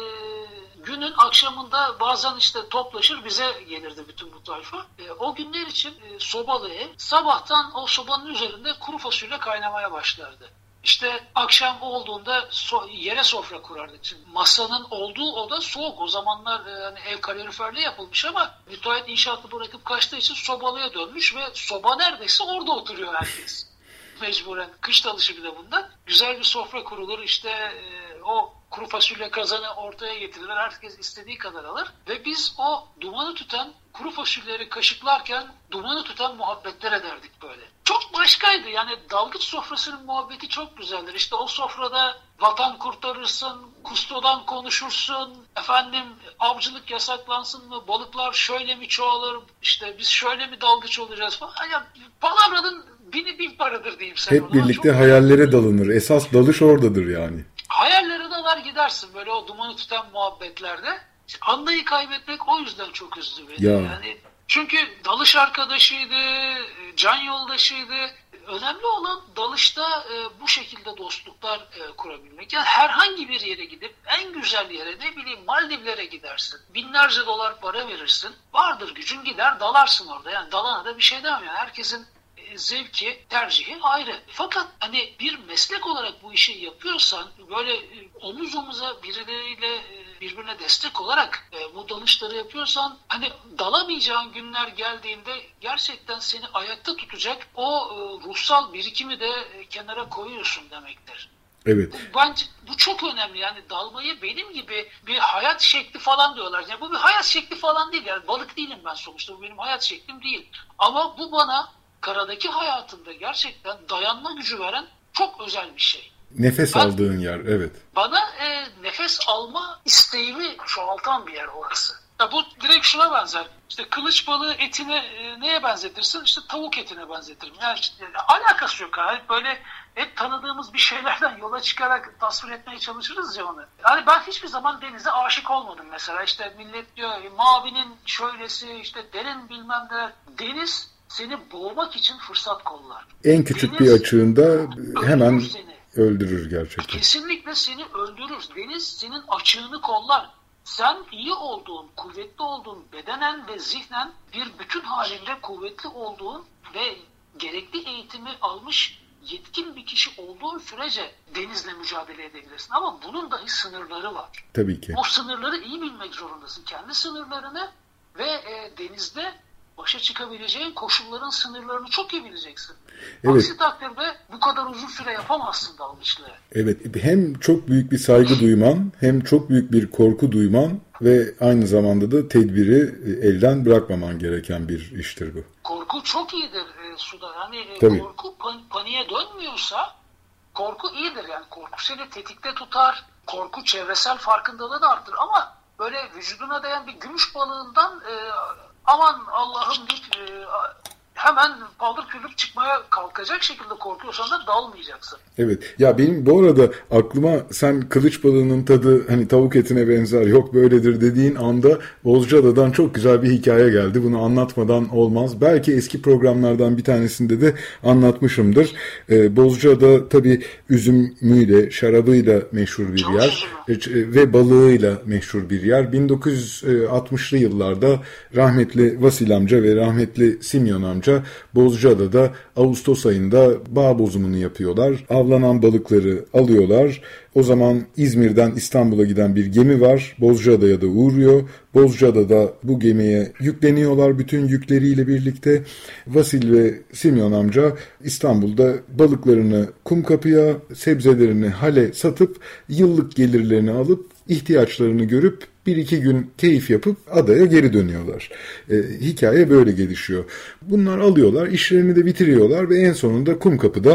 günün akşamında bazen işte toplaşır bize gelirdi bütün bu tayfa. E, o günler için e, sobalı ev. Sabahtan o sobanın üzerinde kuru fasulye kaynamaya başlardı. İşte akşam olduğunda so- yere sofra kurardık. Şimdi masanın olduğu oda soğuk. O zamanlar e, hani ev kaloriferli yapılmış ama müteahhit inşaatı bırakıp kaçtığı için sobalıya dönmüş ve soba neredeyse orada oturuyor herkes. Mecburen. Kış dalışı bile bunda. Güzel bir sofra kurulur. İşte e, o kuru fasulye kazanı ortaya getirilir. Herkes istediği kadar alır. Ve biz o dumanı tüten kuru fasulyeleri kaşıklarken dumanı tüten muhabbetler ederdik böyle. Çok başkaydı. Yani dalgıç sofrasının muhabbeti çok güzeldir. İşte o sofrada vatan kurtarırsın, kustodan konuşursun, efendim avcılık yasaklansın mı, balıklar şöyle mi çoğalır, işte biz şöyle mi dalgıç olacağız falan. Yani palavranın bini bin paradır diyeyim sana. Hep birlikte çok hayallere dalınır. Esas dalış oradadır yani. Hayallere dalar gidersin böyle o dumanı tutan muhabbetlerde. Anna'yı kaybetmek o yüzden çok üzdü beni. Ya. Yani çünkü dalış arkadaşıydı, can yoldaşıydı. Önemli olan dalışta e, bu şekilde dostluklar e, kurabilmek. Yani herhangi bir yere gidip en güzel yere ne bileyim Maldivlere gidersin. Binlerce dolar para verirsin. Vardır gücün gider dalarsın orada. Yani dalana da bir şey demem. Yani herkesin zevki, tercihi ayrı. Fakat hani bir meslek olarak bu işi yapıyorsan böyle omuz omuza birileriyle birbirine destek olarak bu dalışları yapıyorsan hani dalamayacağın günler geldiğinde gerçekten seni ayakta tutacak o ruhsal birikimi de kenara koyuyorsun demektir. Evet. Bu, bence bu çok önemli. Yani dalmayı benim gibi bir hayat şekli falan diyorlar. Yani bu bir hayat şekli falan değil. Yani balık değilim ben sonuçta. Bu benim hayat şeklim değil. Ama bu bana karadaki hayatımda gerçekten dayanma gücü veren çok özel bir şey. Nefes ben, aldığın yer, evet. Bana e, nefes alma isteğimi çoğaltan bir yer orası. Ya bu direkt şuna benzer. İşte kılıç balığı etine e, neye benzetirsin? İşte tavuk etine benzetirim. Yani işte, yani alakası yok. Yani böyle hep tanıdığımız bir şeylerden yola çıkarak tasvir etmeye çalışırız ya onu. Yani ben hiçbir zaman denize aşık olmadım mesela. İşte millet diyor mavinin şöylesi, işte derin bilmem ne. Deniz seni boğmak için fırsat kollar. En küçük Deniz, bir açığında hemen seni. öldürür gerçekten. Kesinlikle seni öldürür. Deniz senin açığını kollar. Sen iyi olduğun, kuvvetli olduğun, bedenen ve zihnen bir bütün halinde kuvvetli olduğun ve gerekli eğitimi almış yetkin bir kişi olduğun sürece denizle mücadele edebilirsin. Ama bunun dahi sınırları var. Tabii ki. O sınırları iyi bilmek zorundasın. Kendi sınırlarını ve e, denizde başa çıkabileceğin koşulların sınırlarını çok iyi bileceksin. Evet. Aksi takdirde bu kadar uzun süre yapamazsın dalgıçlığı. Evet, hem çok büyük bir saygı duyman, hem çok büyük bir korku duyman ve aynı zamanda da tedbiri elden bırakmaman gereken bir iştir bu. Korku çok iyidir e, suda. Yani e, korku pan- paniğe dönmüyorsa korku iyidir. Yani korku seni tetikte tutar. Korku çevresel farkındalığı da arttırır ama böyle vücuduna değen bir gümüş balığından e, aman Allah'ım deyip e, hemen paldır küldür çıkmaya kalkacak şekilde korkuyorsan da dalmayacaksın. Evet. Ya benim bu arada aklıma sen kılıç balığının tadı hani tavuk etine benzer, yok böyledir dediğin anda Bozcaada'dan çok güzel bir hikaye geldi. Bunu anlatmadan olmaz. Belki eski programlardan bir tanesinde de anlatmışımdır. Ee, Bozcaada tabii üzümüyle, şarabıyla meşhur bir çok yer üzümü. Ve balığıyla meşhur bir yer. bin dokuz yüz altmışlı yıllarda rahmetli Vasil amca ve rahmetli Simyon amca Bozcaada'da Ağustos ayında bağ bozumunu yapıyorlar. Avlanan balıkları alıyorlar. O zaman İzmir'den İstanbul'a giden bir gemi var. Bozcaada'ya da uğruyor. Bozcaada'da bu gemiye yükleniyorlar bütün yükleriyle birlikte. Vasil ve Simyon amca İstanbul'da balıklarını Kumkapı'ya, sebzelerini hale satıp yıllık gelirlerini alıp ihtiyaçlarını görüp bir iki gün keyif yapıp adaya geri dönüyorlar. E, hikaye böyle gelişiyor. Bunlar alıyorlar, işlerini de bitiriyorlar ve en sonunda Kumkapı'da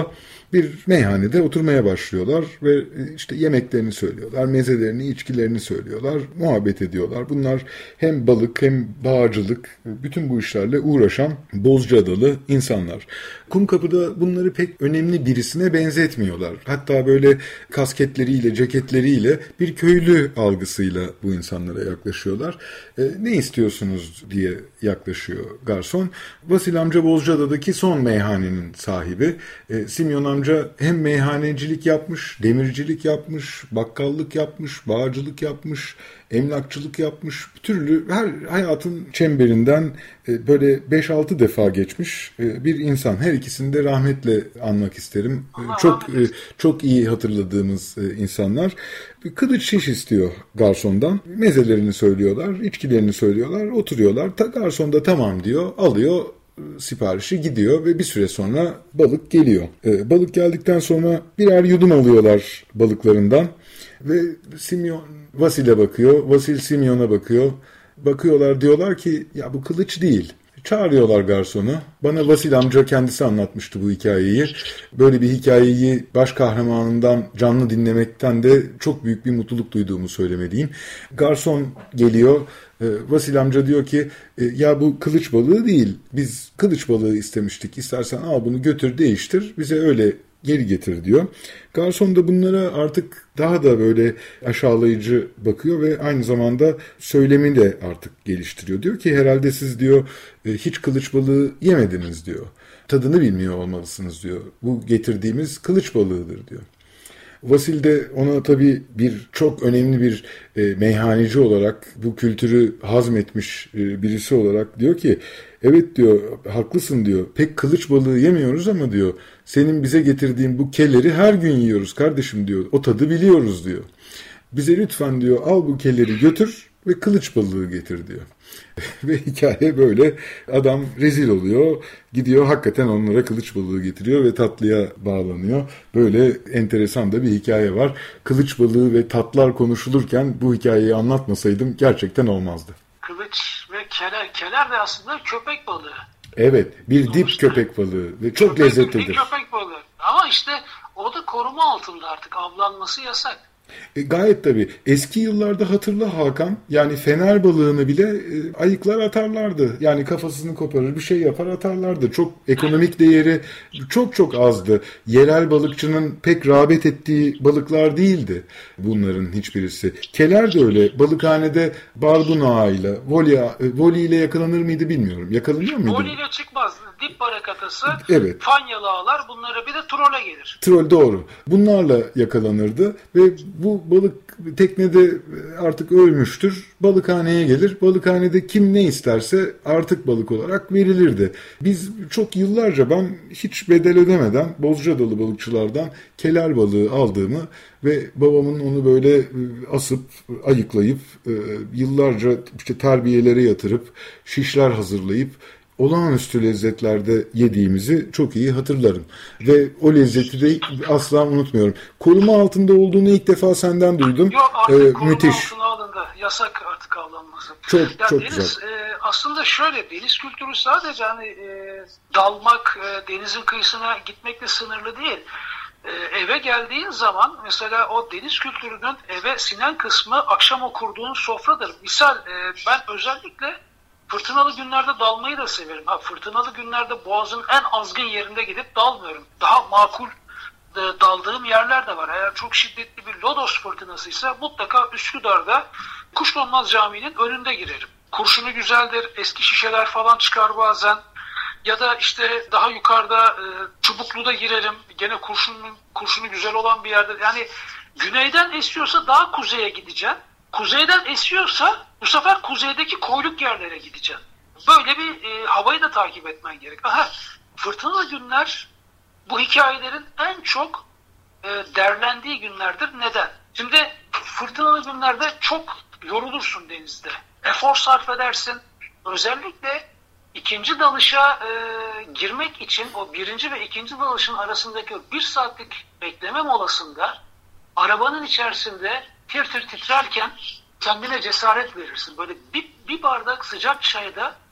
bir meyhanede oturmaya başlıyorlar ve işte yemeklerini söylüyorlar, mezelerini, içkilerini söylüyorlar, muhabbet ediyorlar. Bunlar hem balık hem bağcılık, bütün bu işlerle uğraşan Bozcaadalı insanlar. Kumkapı'da bunları pek önemli birisine benzetmiyorlar. Hatta böyle kasketleriyle, ceketleriyle bir köylü algısıyla bu insanlara yaklaşıyorlar. E, ne istiyorsunuz diye yaklaşıyor garson. Vasil amca Bozcaada'daki son meyhanenin sahibi. E, Simyon amca hem meyhanecilik yapmış, demircilik yapmış, bakkallık yapmış, bağcılık yapmış, emlakçılık yapmış. Bir türlü her hayatın çemberinden e, böyle beş altı defa geçmiş e, bir insan. Her ikisini de rahmetle anmak isterim. E, çok e, çok iyi hatırladığımız e, insanlar. Bir kılıç şiş istiyor garsondan. Mezelerini söylüyorlar, içkilerini söylüyorlar, oturuyorlar. Ta, garson da tamam diyor, alıyor siparişi, gidiyor ve bir süre sonra balık geliyor. E, balık geldikten sonra birer yudum alıyorlar balıklarından ve Simyon Vasil'e bakıyor, Vasil Simyon'a bakıyor. Bakıyorlar, diyorlar ki ya bu kılıç değil. Çağırıyorlar garsonu. Bana Vasil amca kendisi anlatmıştı bu hikayeyi. Böyle bir hikayeyi baş kahramanından canlı dinlemekten de çok büyük bir mutluluk duyduğumu söylemeliyim. Garson geliyor. Vasil amca diyor ki ya bu kılıç balığı değil. Biz kılıç balığı istemiştik. İstersen al bunu götür değiştir. Bize öyle geri getir diyor. Garson da bunlara artık daha da böyle aşağılayıcı bakıyor ve aynı zamanda söylemi de artık geliştiriyor. Diyor ki herhalde siz diyor hiç kılıç balığı yemediniz diyor. Tadını bilmiyor olmalısınız diyor. Bu getirdiğimiz kılıç balığıdır diyor. Vasil de ona tabii bir çok önemli bir e, meyhaneci olarak bu kültürü hazmetmiş e, birisi olarak diyor ki evet diyor haklısın diyor pek kılıç balığı yemiyoruz ama diyor senin bize getirdiğin bu kelleri her gün yiyoruz kardeşim diyor o tadı biliyoruz diyor. Bize lütfen diyor al bu kelleri götür ve kılıç balığı getir diyor. Ve hikaye böyle adam rezil oluyor gidiyor hakikaten onlara kılıç balığı getiriyor ve tatlıya bağlanıyor. Böyle enteresan da bir hikaye var. Kılıç balığı ve tatlar konuşulurken bu hikayeyi anlatmasaydım gerçekten olmazdı. Kılıç ve keler, keler de aslında köpek balığı. Evet bir dip işte, köpek balığı ve çok köpek, lezzetlidir. Bir köpek balığı ama işte o da koruma altında artık avlanması yasak. E, gayet tabii. Eski yıllarda hatırla Hakan, yani fener balığını bile e, ayıklar atarlardı. Yani kafasını koparır, bir şey yapar atarlardı. Çok ekonomik değeri çok çok azdı. Yerel balıkçının pek rağbet ettiği balıklar değildi bunların hiçbirisi. Keler de öyle. Balıkhanede barbun ağıyla, voli, voli ile yakalanır mıydı bilmiyorum. Yakalanıyor muydu? Voli ile çıkmaz. Dip barakatası, evet. Fanyalı ağlar bunlara bir de trole gelir. Trol doğru. Bunlarla yakalanırdı ve bu balık teknede artık ölmüştür. Balıkhaneye gelir. Balıkhanede kim ne isterse artık balık olarak verilirdi. Biz çok yıllarca ben hiç bedel ödemeden Bozcaadalı balıkçılardan keler balığı aldığımı ve babamın onu böyle asıp ayıklayıp yıllarca işte terbiyelere yatırıp şişler hazırlayıp olağanüstü lezzetlerde yediğimizi çok iyi hatırlarım. Ve o lezzeti de asla unutmuyorum. Koruma altında olduğunu ilk defa senden duydum. Yok artık ee, koruma müthiş. altına alındı. Yasak artık avlanması. Çok ya çok deniz, güzel. E, aslında şöyle deniz kültürü sadece hani e, dalmak, e, denizin kıyısına gitmekle sınırlı değil. E, eve geldiğin zaman mesela o deniz kültürünün eve sinen kısmı akşam okurduğun sofradır. Misal e, ben özellikle fırtınalı günlerde dalmayı da severim. Ha, fırtınalı günlerde boğazın en azgın yerinde gidip dalmıyorum. Daha makul e, daldığım yerler de var. Eğer çok şiddetli bir lodos fırtınasıysa mutlaka Üsküdar'da Kuşkonmaz Camii'nin önünde girerim. Kurşunu güzeldir, eski şişeler falan çıkar bazen. Ya da işte daha yukarıda e, Çubuklu'da girerim. Gene kurşunun kurşunu güzel olan bir yerde. Yani güneyden esiyorsa daha kuzeye gideceğim. Kuzeyden esiyorsa bu sefer kuzeydeki koyluk yerlere gideceğim. Böyle bir e, havayı da takip etmen gerek. Aha, fırtınalı günler bu hikayelerin en çok e, derlendiği günlerdir. Neden? Şimdi fırtınalı günlerde çok yorulursun denizde. Efor sarf edersin. Özellikle ikinci dalışa e, girmek için o birinci ve ikinci dalışın arasındaki bir saatlik bekleme molasında arabanın içerisinde tir tir titrerken kendine cesaret verirsin. Böyle bir, bir bardak sıcak çayda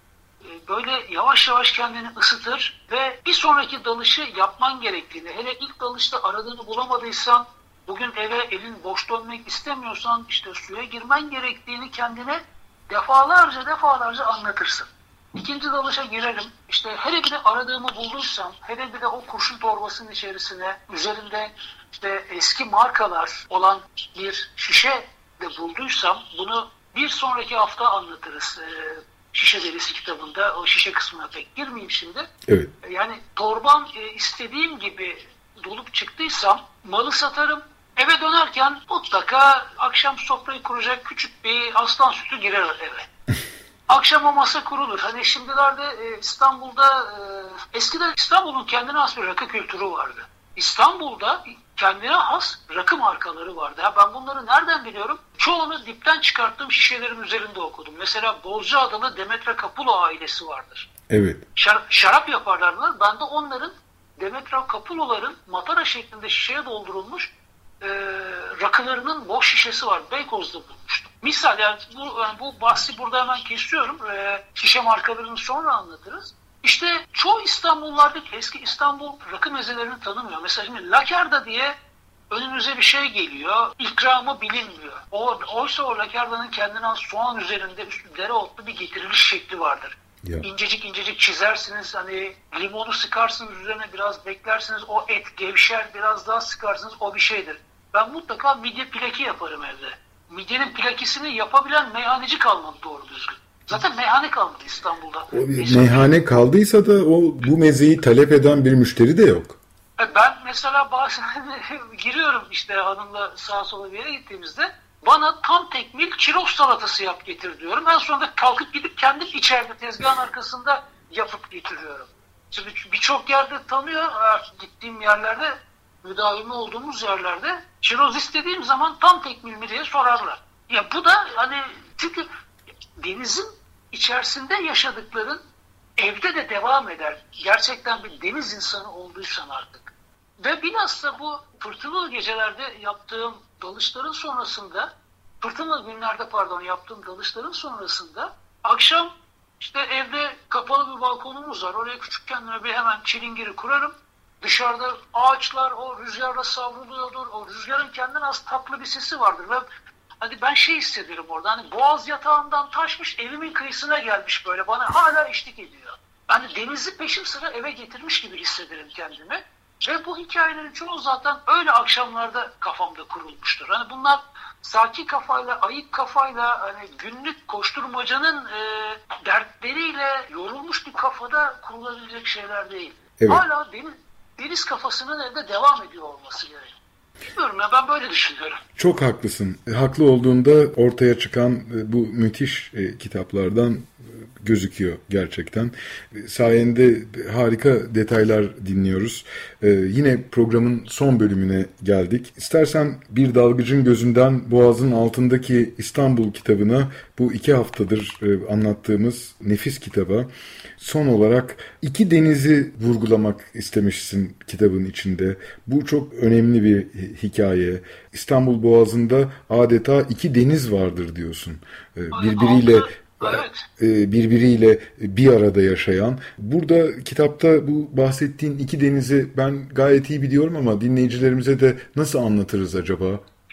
böyle yavaş yavaş kendini ısıtır ve bir sonraki dalışı yapman gerektiğini, hele ilk dalışta aradığını bulamadıysan, bugün eve elin boş dönmek istemiyorsan işte suya girmen gerektiğini kendine defalarca defalarca anlatırsın. İkinci dalışa girerim. İşte hele bir de aradığımı bulduysam, hele bir de o kurşun torbasının içerisine üzerinde işte eski markalar olan bir şişe de bulduysam, bunu bir sonraki hafta anlatırız. Ee, Şişe Delisi kitabında, o şişe kısmına pek girmeyeyim şimdi. Evet. Yani torbam e, istediğim gibi dolup çıktıysam malı satarım. Eve dönerken mutlaka akşam sofrayı kuracak küçük bir aslan sütü girer eve. Akşama masa kurulur. Hani şimdilerde e, İstanbul'da e, eskiden İstanbul'un kendine has bir rakı kültürü vardı. İstanbul'da kendine has rakı markaları vardı. Ya ben bunları nereden biliyorum? Çoğunu dipten çıkarttığım şişelerin üzerinde okudum. Mesela Bozcaada'da Demetra Kapulo ailesi vardır. Evet. Şar- şarap yaparlarlar. Ben de onların Demetra Kapulo'ların matara şeklinde şişeye doldurulmuş e, rakılarının boş şişesi var. Beykoz'da bulmuştum. Misal yani bu, yani bu bahsi burada hemen kesiyorum. E, şişe markalarını sonra anlatırız. İşte çoğu İstanbullulardaki eski İstanbul rakı mezelerini tanımıyor. Mesela şimdi Lakerda diye önümüze bir şey geliyor. İkramı bilinmiyor. O, oysa o Lakerda'nın kendine az soğan üzerinde üstü dereotlu bir getiriliş şekli vardır. Ya. İncecik incecik çizersiniz, hani limonu sıkarsınız üzerine biraz beklersiniz, o et gevşer, biraz daha sıkarsınız, o bir şeydir. Ben mutlaka midye plaki yaparım evde. Midyenin plakisini yapabilen meyhaneci kalmadı doğru düzgün. Zaten meyhane kalmadı İstanbul'da. O, meyhane kaldıysa da o bu mezeyi talep eden bir müşteri de yok. Ben mesela bazen giriyorum işte hanımla sağa sola bir yere gittiğimizde, bana tam tekmil çiroz salatası yap getir diyorum. En sonunda kalkıp gidip kendim içeride tezgahın arkasında yapıp getiriyorum. Şimdi birçok yerde tanıyor, gittiğim yerlerde, müdavimi olduğumuz yerlerde çiroz istediğim zaman tam tekmil mi diye sorarlar. Ya bu da hani çünkü denizin içerisinde yaşadıkların evde de devam eder. Gerçekten bir deniz insanı olduysan artık. Ve bilhassa bu fırtınalı gecelerde yaptığım dalışların sonrasında, fırtınalı günlerde pardon yaptığım dalışların sonrasında akşam işte evde kapalı bir balkonumuz var. Oraya küçük kendime bir hemen çilingiri kurarım. Dışarıda ağaçlar o rüzgarla savruluyordur. O rüzgarın kendine az tatlı bir sesi vardır. Ve hani ben şey hissederim orada, hani boğaz yatağından taşmış evimin kıyısına gelmiş böyle bana hala eşlik ediyor. Yani denizi peşim sıra eve getirmiş gibi hissederim kendimi. Ve bu hikayelerin çoğu zaten öyle akşamlarda kafamda kurulmuştur. Hani bunlar sakin kafayla, ayık kafayla, hani günlük koşturmacanın e, dertleriyle yorulmuş bir kafada kurulabilecek şeyler değil. Evet. Hala deniz, deniz kafasının evde devam ediyor olması gerekiyor. Bilmiyorum ya, ben böyle düşünüyorum. Çok haklısın. Haklı olduğunda ortaya çıkan bu müthiş kitaplardan gözüküyor gerçekten. Sayende harika detaylar dinliyoruz. Ee, yine programın son bölümüne geldik. İstersen Bir Dalgıcın Gözünden Boğazın Altındaki İstanbul kitabına, bu iki haftadır e, anlattığımız nefis kitaba son olarak iki denizi vurgulamak istemişsin kitabın içinde. Bu çok önemli bir hikaye. İstanbul Boğazı'nda adeta iki deniz vardır diyorsun. Ee, birbiriyle Evet. birbiriyle bir arada yaşayan. Burada kitapta bu bahsettiğin iki denizi ben gayet iyi biliyorum ama dinleyicilerimize de nasıl anlatırız acaba?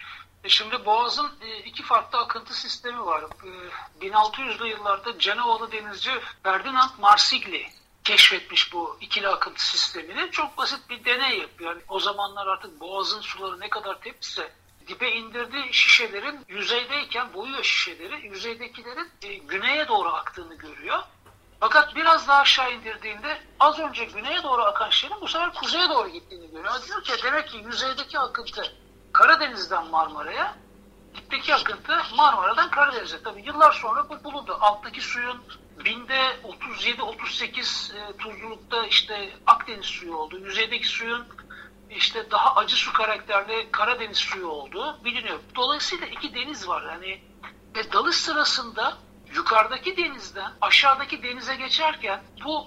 Şimdi Boğaz'ın iki farklı akıntı sistemi var. bin altı yüzlü yıllarda Cenovanlı denizci Ferdinand Marsigli keşfetmiş bu ikili akıntı sistemini. Çok basit bir deney yapıyor. Yani o zamanlar artık Boğaz'ın suları ne kadar tepkise dibe indirdiği şişelerin yüzeydeyken boyuyor şişeleri. Yüzeydekilerin e, güneye doğru aktığını görüyor. Fakat biraz daha aşağı indirdiğinde az önce güneye doğru akan şeyin bu sefer kuzeye doğru gittiğini görüyor. Diyor ki demek ki yüzeydeki akıntı Karadeniz'den Marmara'ya, dipteki akıntı Marmara'dan Karadeniz'e. Tabii yıllar sonra bu bulundu. Alttaki suyun binde otuz yedi otuz sekiz e, tuzlulukta işte Akdeniz suyu oldu. Yüzeydeki suyun işte daha acı su karakterli Karadeniz suyu olduğu biliniyor. Dolayısıyla iki deniz var. Yani ve dalış sırasında yukarıdaki denizden aşağıdaki denize geçerken bu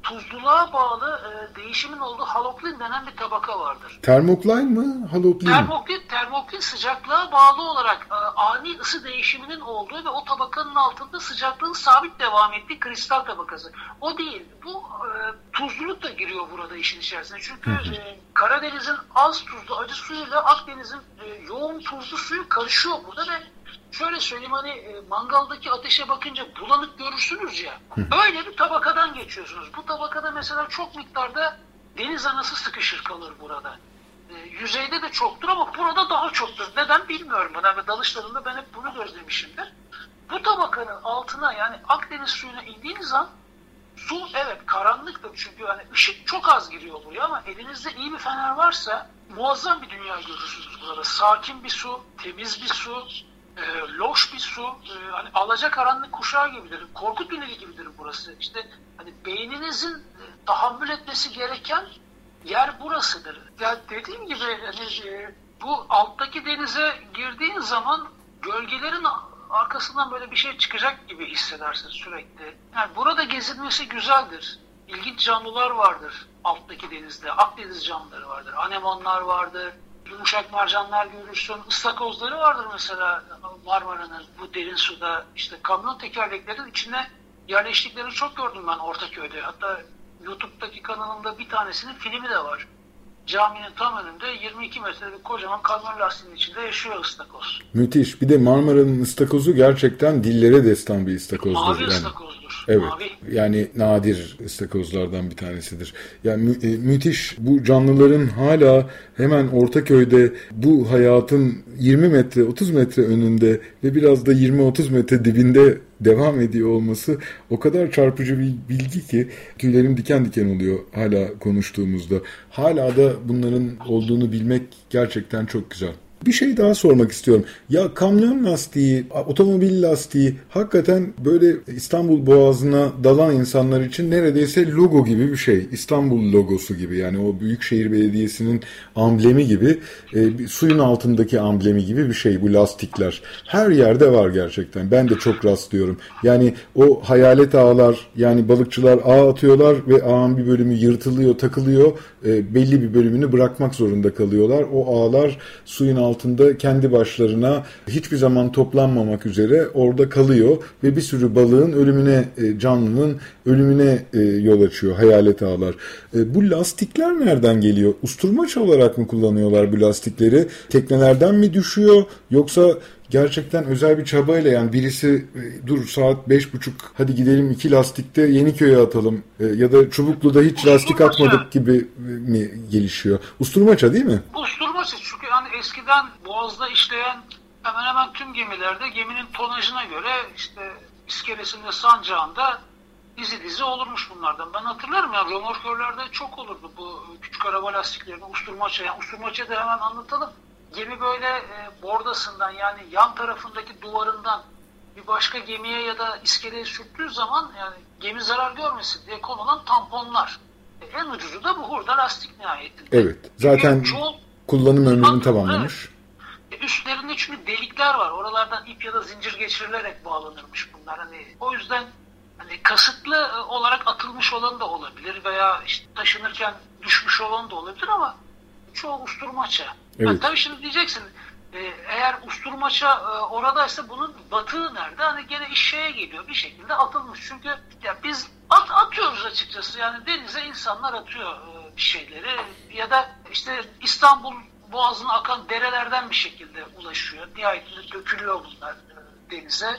tuzluluğa bağlı e, değişimin olduğu haloklin denen bir tabaka vardır. Termoklin mı? Haloklin mi? Termoklin, termoklin sıcaklığa bağlı olarak e, ani ısı değişiminin olduğu ve o tabakanın altında sıcaklığın sabit devam ettiği kristal tabakası. O değil. Bu e, tuzluluk da giriyor burada işin içerisine. Çünkü e, Karadeniz'in az tuzlu acı suyuyla Akdeniz'in e, yoğun tuzlu suyu karışıyor burada ve şöyle söyleyeyim, hani e, mangaldaki ateşe bakınca bulanık görürsünüz ya. Öyle bir tabakadan geçiyorsunuz. Bu tabakada mesela çok miktarda deniz anası sıkışır kalır burada. E, yüzeyde de çoktur ama burada daha çoktur. Neden bilmiyorum. Ben dalışlarında ben hep bunu gözlemişimdir. Bu tabakanın altına, yani Akdeniz suyuna indiğiniz an su evet karanlıktır. Çünkü hani ışık çok az giriyor buraya ama elinizde iyi bir fener varsa muazzam bir dünya görürsünüz burada. Sakin bir su, temiz bir su. E, loş bir su, e, hani alacakaranlık kuşağı gibidir, korku tüneli gibidir burası. İşte hani beyninizin e, tahammül etmesi gereken yer burasıdır. Yani dediğim gibi hani, e, bu alttaki denize girdiğin zaman gölgelerin arkasından böyle bir şey çıkacak gibi hissedersin sürekli. Yani burada gezilmesi güzeldir. İlginç canlılar vardır alttaki denizde. Akdeniz canlıları vardır, anemonlar vardır. Yumuşak mercanlar görürsün. Istakozları vardır mesela Marmara'nın bu derin suda. İşte kamyon tekerleklerinin içine yerleştiklerini çok gördüm ben Ortaköy'de. Hatta YouTube'daki kanalımda bir tanesinin filmi de var. Caminin tam önünde yirmi iki metrelik kocaman kamyon lastiğinin içinde yaşıyor ıstakoz. Müthiş. Bir de Marmara'nın ıstakozu gerçekten dillere destan bir ıstakozdur. Mavi yani. ıstakozdur. Evet. Mavi. Yani nadir ıstakozlardan bir tanesidir. Yani mü- e, müthiş. Bu canlıların hala hemen Ortaköy'de bu hayatın yirmi metre otuz metre önünde ve biraz da yirmi otuz metre dibinde devam ediyor olması o kadar çarpıcı bir bilgi ki tüylerim diken diken oluyor hala konuştuğumuzda. Hala da bunların olduğunu bilmek gerçekten çok güzel. Bir şey daha sormak istiyorum. Ya kamyon lastiği, otomobil lastiği hakikaten böyle İstanbul Boğazı'na dalan insanlar için neredeyse logo gibi bir şey. İstanbul logosu gibi, yani o Büyükşehir Belediyesi'nin amblemi gibi, e, suyun altındaki amblemi gibi bir şey bu lastikler. Her yerde var gerçekten. Ben de çok rastlıyorum. Yani o hayalet ağlar, yani balıkçılar ağ atıyorlar ve ağın bir bölümü yırtılıyor, takılıyor. E, belli bir bölümünü bırakmak zorunda kalıyorlar. O ağlar suyun altında altında kendi başlarına hiçbir zaman toplanmamak üzere orada kalıyor ve bir sürü balığın ölümüne, canlının ölümüne yol açıyor hayalet ağlar. Bu lastikler nereden geliyor? Usturmaç olarak mı kullanıyorlar bu lastikleri? Teknelerden mi düşüyor yoksa gerçekten özel bir çabayla, yani birisi dur saat beş buçuk hadi gidelim iki lastikte Yeniköy'e atalım ya da Çubuklu'da hiç lastik atmadık gibi mi gelişiyor? Usturmaça değil mi? Usturmaça, çünkü yani eskiden Boğaz'da işleyen hemen hemen tüm gemilerde geminin tonajına göre işte iskelesinde, sancağında dizi dizi olurmuş bunlardan. Ben hatırlarım ya, römorkörlerde çok olurdu bu küçük araba lastiklerini usturmaça. Yani usturmaça da hemen anlatalım. Gemi böyle e, bordasından, yani yan tarafındaki duvarından bir başka gemiye ya da iskeleye sürttüğü zaman yani gemi zarar görmesin diye konulan tamponlar. E, en ucuzu da bu hurda lastik nihayetinde. Evet. Zaten çoğu, kullanım ömrünü tamamlamış. Evet. E, üstlerinde çünkü delikler var. Oralardan ip ya da zincir geçirilerek bağlanırmış bunlar. Hani o yüzden hani kasıtlı olarak atılmış olan da olabilir veya işte taşınırken düşmüş olan da olabilir ama çoğu usturmaça. Evet. Yani tabii şimdi diyeceksin, eğer usturmaça oradaysa bunun batığı nerede? Hani gene iş şeye geliyor, bir şekilde atılmış. Çünkü ya biz at, atıyoruz açıkçası. Yani denize insanlar atıyor bir şeyleri ya da işte İstanbul Boğazı'na akan derelerden bir şekilde ulaşıyor. Nihayetinde dökülüyor bunlar denize.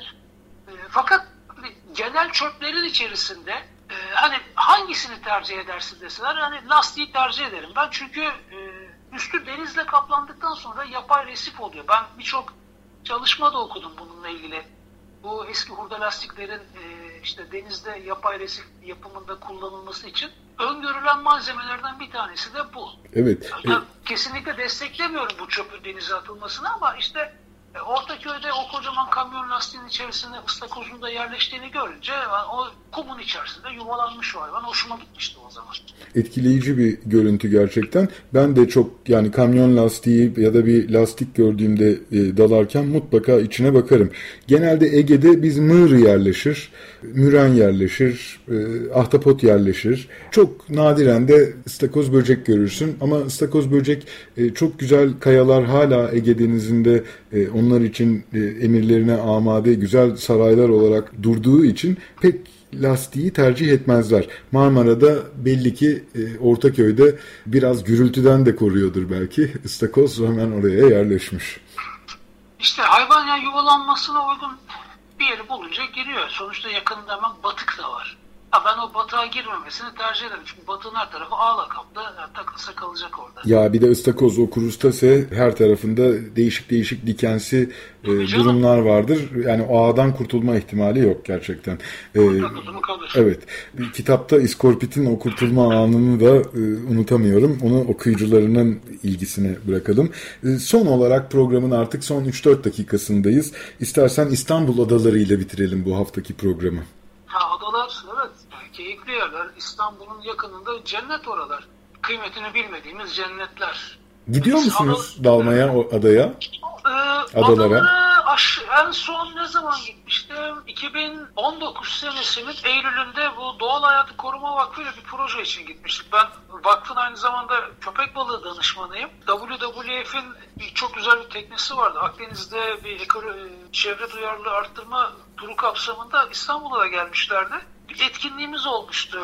Fakat genel çöplerin içerisinde hani hangisini tercih edersin deseler, hani lastiği tercih ederim ben, çünkü üstü denizle kaplandıktan sonra yapay resif oluyor. Ben birçok çalışma da okudum bununla ilgili. Bu eski hurda lastiklerin işte denizde yapay resif yapımında kullanılması için öngörülen malzemelerden bir tanesi de bu. Evet. Yani kesinlikle desteklemiyorum bu çöpün denize atılmasını ama işte E, Ortaköy'de o kocaman kamyon lastiğinin içerisinde ıstakozun da yerleştiğini görünce yani o kumun içerisinde yuvalanmış o hayvan. Hoşuma gitmişti o zaman. Etkileyici bir görüntü gerçekten. Ben de çok yani kamyon lastiği ya da bir lastik gördüğümde e, dalarken mutlaka içine bakarım. Genelde Ege'de biz mığır yerleşir, müren yerleşir, e, ahtapot yerleşir. Çok nadiren de ıstakoz böcek görürsün ama ıstakoz böcek e, çok güzel kayalar hala Ege Denizi'nde e, onlar için e, emirlerine amade güzel saraylar olarak durduğu için pek lastiği tercih etmezler. Marmara'da belli ki e, Ortaköy'de biraz gürültüden de koruyordur belki. İstakoz hemen oraya yerleşmiş. İşte hayvan yani yuvalanmasına uygun bir yeri bulunca giriyor. Sonuçta yakınında hemen batık da var. Ha, ben o batığa girmemesini tercih ederim. Çünkü batığın her tarafı ağla kaplı. Yani takılsa kalacak orada. Ya bir de ıstakoz o krustase her tarafında değişik değişik dikensi e, durumlar vardır. Yani o ağdan kurtulma ihtimali yok gerçekten. E, evet. Kitapta İskorpit'in o kurtulma anını da e, unutamıyorum. Onu okuyucularının ilgisine bırakalım. E, son olarak programın artık son üç dört dakikasındayız. İstersen İstanbul adaları ile bitirelim bu haftaki programı. Ha, adalar evet keyifli yerler. İstanbul'un yakınında cennet oralar. Kıymetini bilmediğimiz cennetler. Gidiyor Biz musunuz ada, dalmaya o adaya? E, Adalara. Adalara aş, en son ne zaman gitmiştim? iki bin on dokuz senesinin Eylül'ünde bu Doğal Hayatı Koruma Vakfı ile bir proje için gitmiştik. Ben vakfın aynı zamanda köpek balığı danışmanıyım. W W F'in çok güzel bir teknesi vardı. Akdeniz'de bir ekolo, çevre duyarlılığı arttırma turu kapsamında İstanbul'a da gelmişlerdi. Bir etkinliğimiz olmuştu.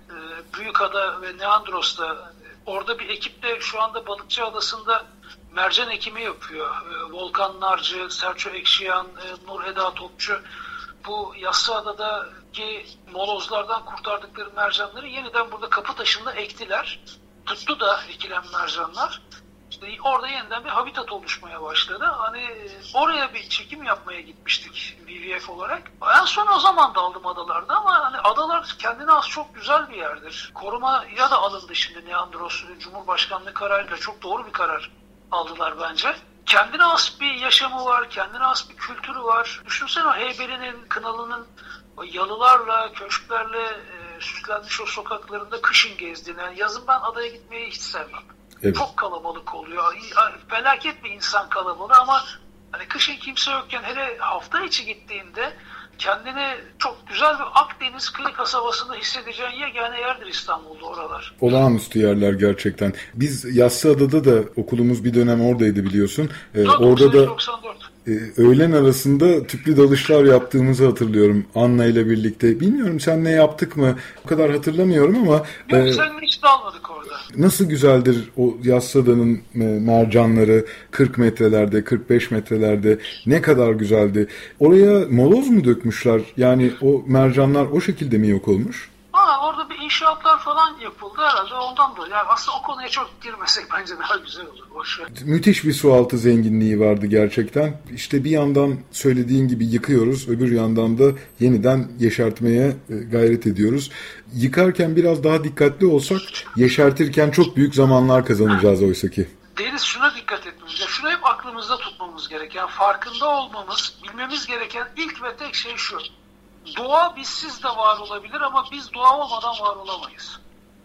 Büyükada ve Neandros'ta. Orada bir ekip de şu anda Balıkçı Adası'nda mercan ekimi yapıyor. Volkan Narcı, Selçuk Ekşiyan, Nur Eda Topçu bu Yassıada'daki molozlardan kurtardıkları mercanları yeniden burada Kapıtaşı'nda ektiler. Tuttu da ekilen mercanlar. İşte orada yeniden bir habitat oluşmaya başladı. Hani oraya bir çekim yapmaya gitmiştik W W F olarak. En son o zaman daldım adalarda ama hani adalar kendine az çok güzel bir yerdir. Korumaya da alındı şimdi Neandros Cumhurbaşkanlığı kararıyla çok doğru bir karar aldılar bence. Kendine has bir yaşamı var, kendine has bir kültürü var. Düşünsene o Heybeli'nin, Kınalı'nın o yalılarla, köşklerle e, süslenmiş o sokaklarında kışın gezdiğini. Yani yazın ben adaya gitmeyi hiç sevmem. Evet. Çok kalabalık oluyor. Felaket bir insan kalabalığı ama hani kışın kimse yokken hele hafta içi gittiğinde kendini çok güzel bir Akdeniz kıyı kasabasında hissedeceğin yegane yerdir İstanbul'da oralar. Olağanüstü yerler gerçekten. Biz Yassıada'da da okulumuz bir dönem oradaydı biliyorsun. Ee, Tabii, orada da doksan dört. e, öğlen arasında tüplü dalışlar yaptığımızı hatırlıyorum Anna ile birlikte. Bilmiyorum seninle yaptık mı? O kadar hatırlamıyorum ama. Yok e, seninle hiç dalmadık orada. Nasıl güzeldir o Yassıada'nın mercanları kırk metrelerde, kırk beş metrelerde ne kadar güzeldi. Oraya moloz mu dökmüşler? Yani o mercanlar o şekilde mi yok olmuş? Ha, orada bir inşaatlar falan yapıldı herhalde ondan da. Yani aslında o konuya çok girmesek bence daha güzel olur. Boş ver. Müthiş bir sualtı zenginliği vardı gerçekten. İşte bir yandan söylediğin gibi yıkıyoruz, öbür yandan da yeniden yeşertmeye gayret ediyoruz. Yıkarken biraz daha dikkatli olsak, yeşertirken çok büyük zamanlar kazanacağız oysa ki. Deniz şuna dikkat etmemiz, şunu hep aklımızda tutmamız gereken, farkında olmamız, bilmemiz gereken ilk ve tek şey şu. Doğa bizsiz de var olabilir ama biz doğa olmadan var olamayız.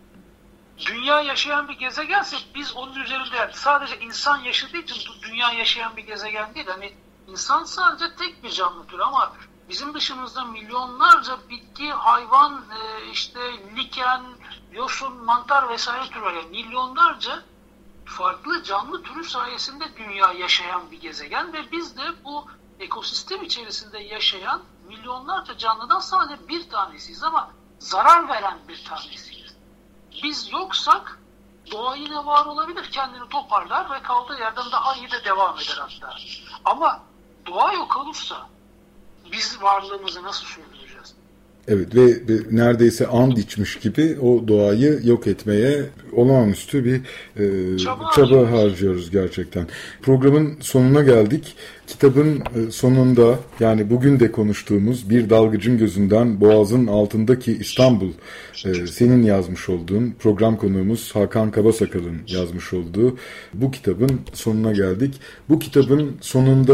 Dünya yaşayan bir gezegense biz onun üzerinde yani sadece insan yaşadığı için dünya yaşayan bir gezegen değil. Hani insan sadece tek bir canlı türü ama bizim dışımızda milyonlarca bitki, hayvan, işte liken, yosun, mantar vesaire türü var. Yani milyonlarca farklı canlı türü sayesinde dünya yaşayan bir gezegen ve biz de bu ekosistem içerisinde yaşayan milyonlarca canlıdan sadece bir tanesiyiz ama zarar veren bir tanesiyiz. Biz yoksak doğa yine var olabilir, kendini toparlar ve kaldığı yerden daha iyi de devam eder hatta. Ama doğa yok olursa biz varlığımızı nasıl sürdüreceğiz? Evet ve, ve neredeyse and içmiş gibi o doğayı yok etmeye olağanüstü bir e, çaba, çaba harcıyoruz gerçekten. Programın sonuna geldik. Kitabın sonunda yani bugün de konuştuğumuz Bir Dalgıcın Gözünden Boğazın Altındaki İstanbul e, senin yazmış olduğun program konuğumuz Hakan Kabasakal'ın yazmış olduğu bu kitabın sonuna geldik. Bu kitabın sonunda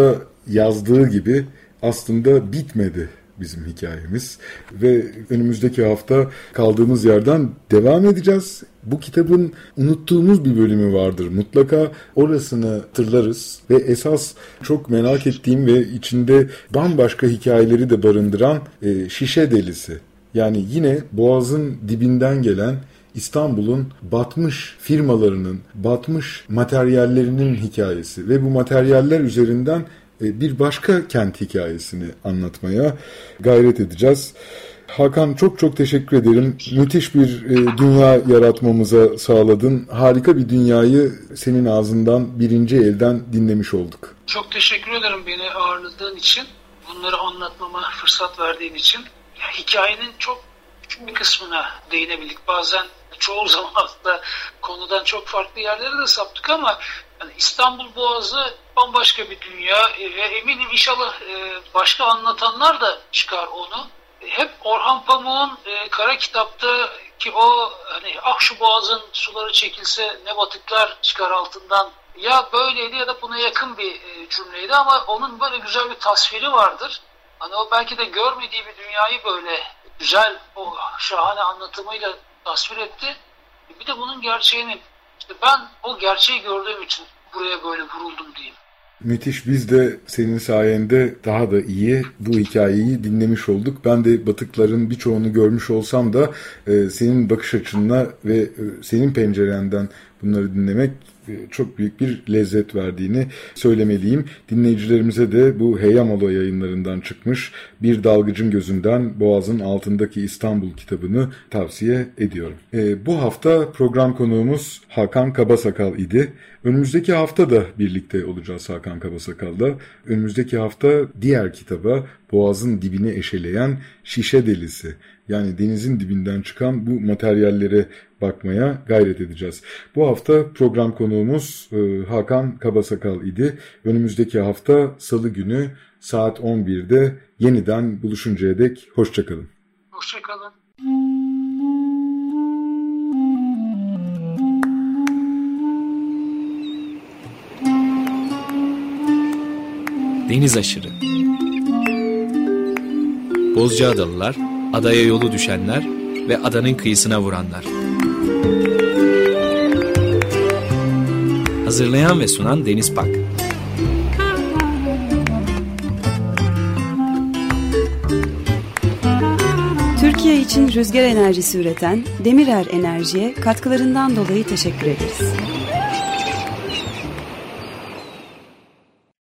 yazdığı gibi aslında bitmedi bizim hikayemiz ve önümüzdeki hafta kaldığımız yerden devam edeceğiz. Bu kitabın unuttuğumuz bir bölümü vardır. Mutlaka orasını hatırlarız ve esas çok merak ettiğim ve içinde bambaşka hikayeleri de barındıran e, Şişe Delisi. Yani yine Boğaz'ın dibinden gelen İstanbul'un batmış firmalarının, batmış materyallerinin hikayesi ve bu materyaller üzerinden bir başka kent hikayesini anlatmaya gayret edeceğiz. Hakan, çok çok teşekkür ederim. Müthiş bir dünya yaratmamıza sağladın. Harika bir dünyayı senin ağzından birinci elden dinlemiş olduk. Çok teşekkür ederim beni ağırladığın için. Bunları anlatmama fırsat verdiğin için. Ya, hikayenin çok küçük bir kısmına değinebildik. Bazen çoğu zaman aslında konudan çok farklı yerlere de saptık ama yani İstanbul Boğazı bambaşka bir dünya ve eminim inşallah başka anlatanlar da çıkar onu. Hep Orhan Pamuk'un Kara Kitap'ta ki o hani ah şu boğazın suları çekilse ne batıklar çıkar altından, ya böyleydi ya da buna yakın bir cümleydi ama onun böyle güzel bir tasviri vardır. Hani o belki de görmediği bir dünyayı böyle güzel, o şahane anlatımıyla tasvir etti. Bir de bunun gerçeğini, işte ben o gerçeği gördüğüm için buraya böyle vuruldum diyeyim. Müthiş, biz de senin sayende daha da iyi bu hikayeyi dinlemiş olduk. Ben de batıkların birçoğunu görmüş olsam da e, senin bakış açınla ve e, senin pencerenden bunları dinlemek çok büyük bir lezzet verdiğini söylemeliyim. Dinleyicilerimize de bu Heyamalo yayınlarından çıkmış Bir Dalgıcın Gözünden Boğaz'ın Altındaki İstanbul kitabını tavsiye ediyorum. E, bu hafta program konuğumuz Hakan Kabasakal idi. Önümüzdeki hafta da birlikte olacağız Hakan Kabasakal'la. Önümüzdeki hafta diğer kitaba, Boğaz'ın dibini eşeleyen Şişe Delisi, yani denizin dibinden çıkan bu materyallere bakmaya gayret edeceğiz. Bu hafta program konuğumuz e, Hakan Kabasakal idi. Önümüzdeki hafta Salı günü saat on birde yeniden buluşuncaya dek hoşçakalın. Hoşçakalın. Deniz aşırı. Bozcaadalılar, adaya yolu düşenler ve adanın kıyısına vuranlar. Hazırlayan ve sunan Deniz Pak. Türkiye için rüzgar enerjisi üreten Demirer Enerji'ye katkılarından dolayı teşekkür ederiz.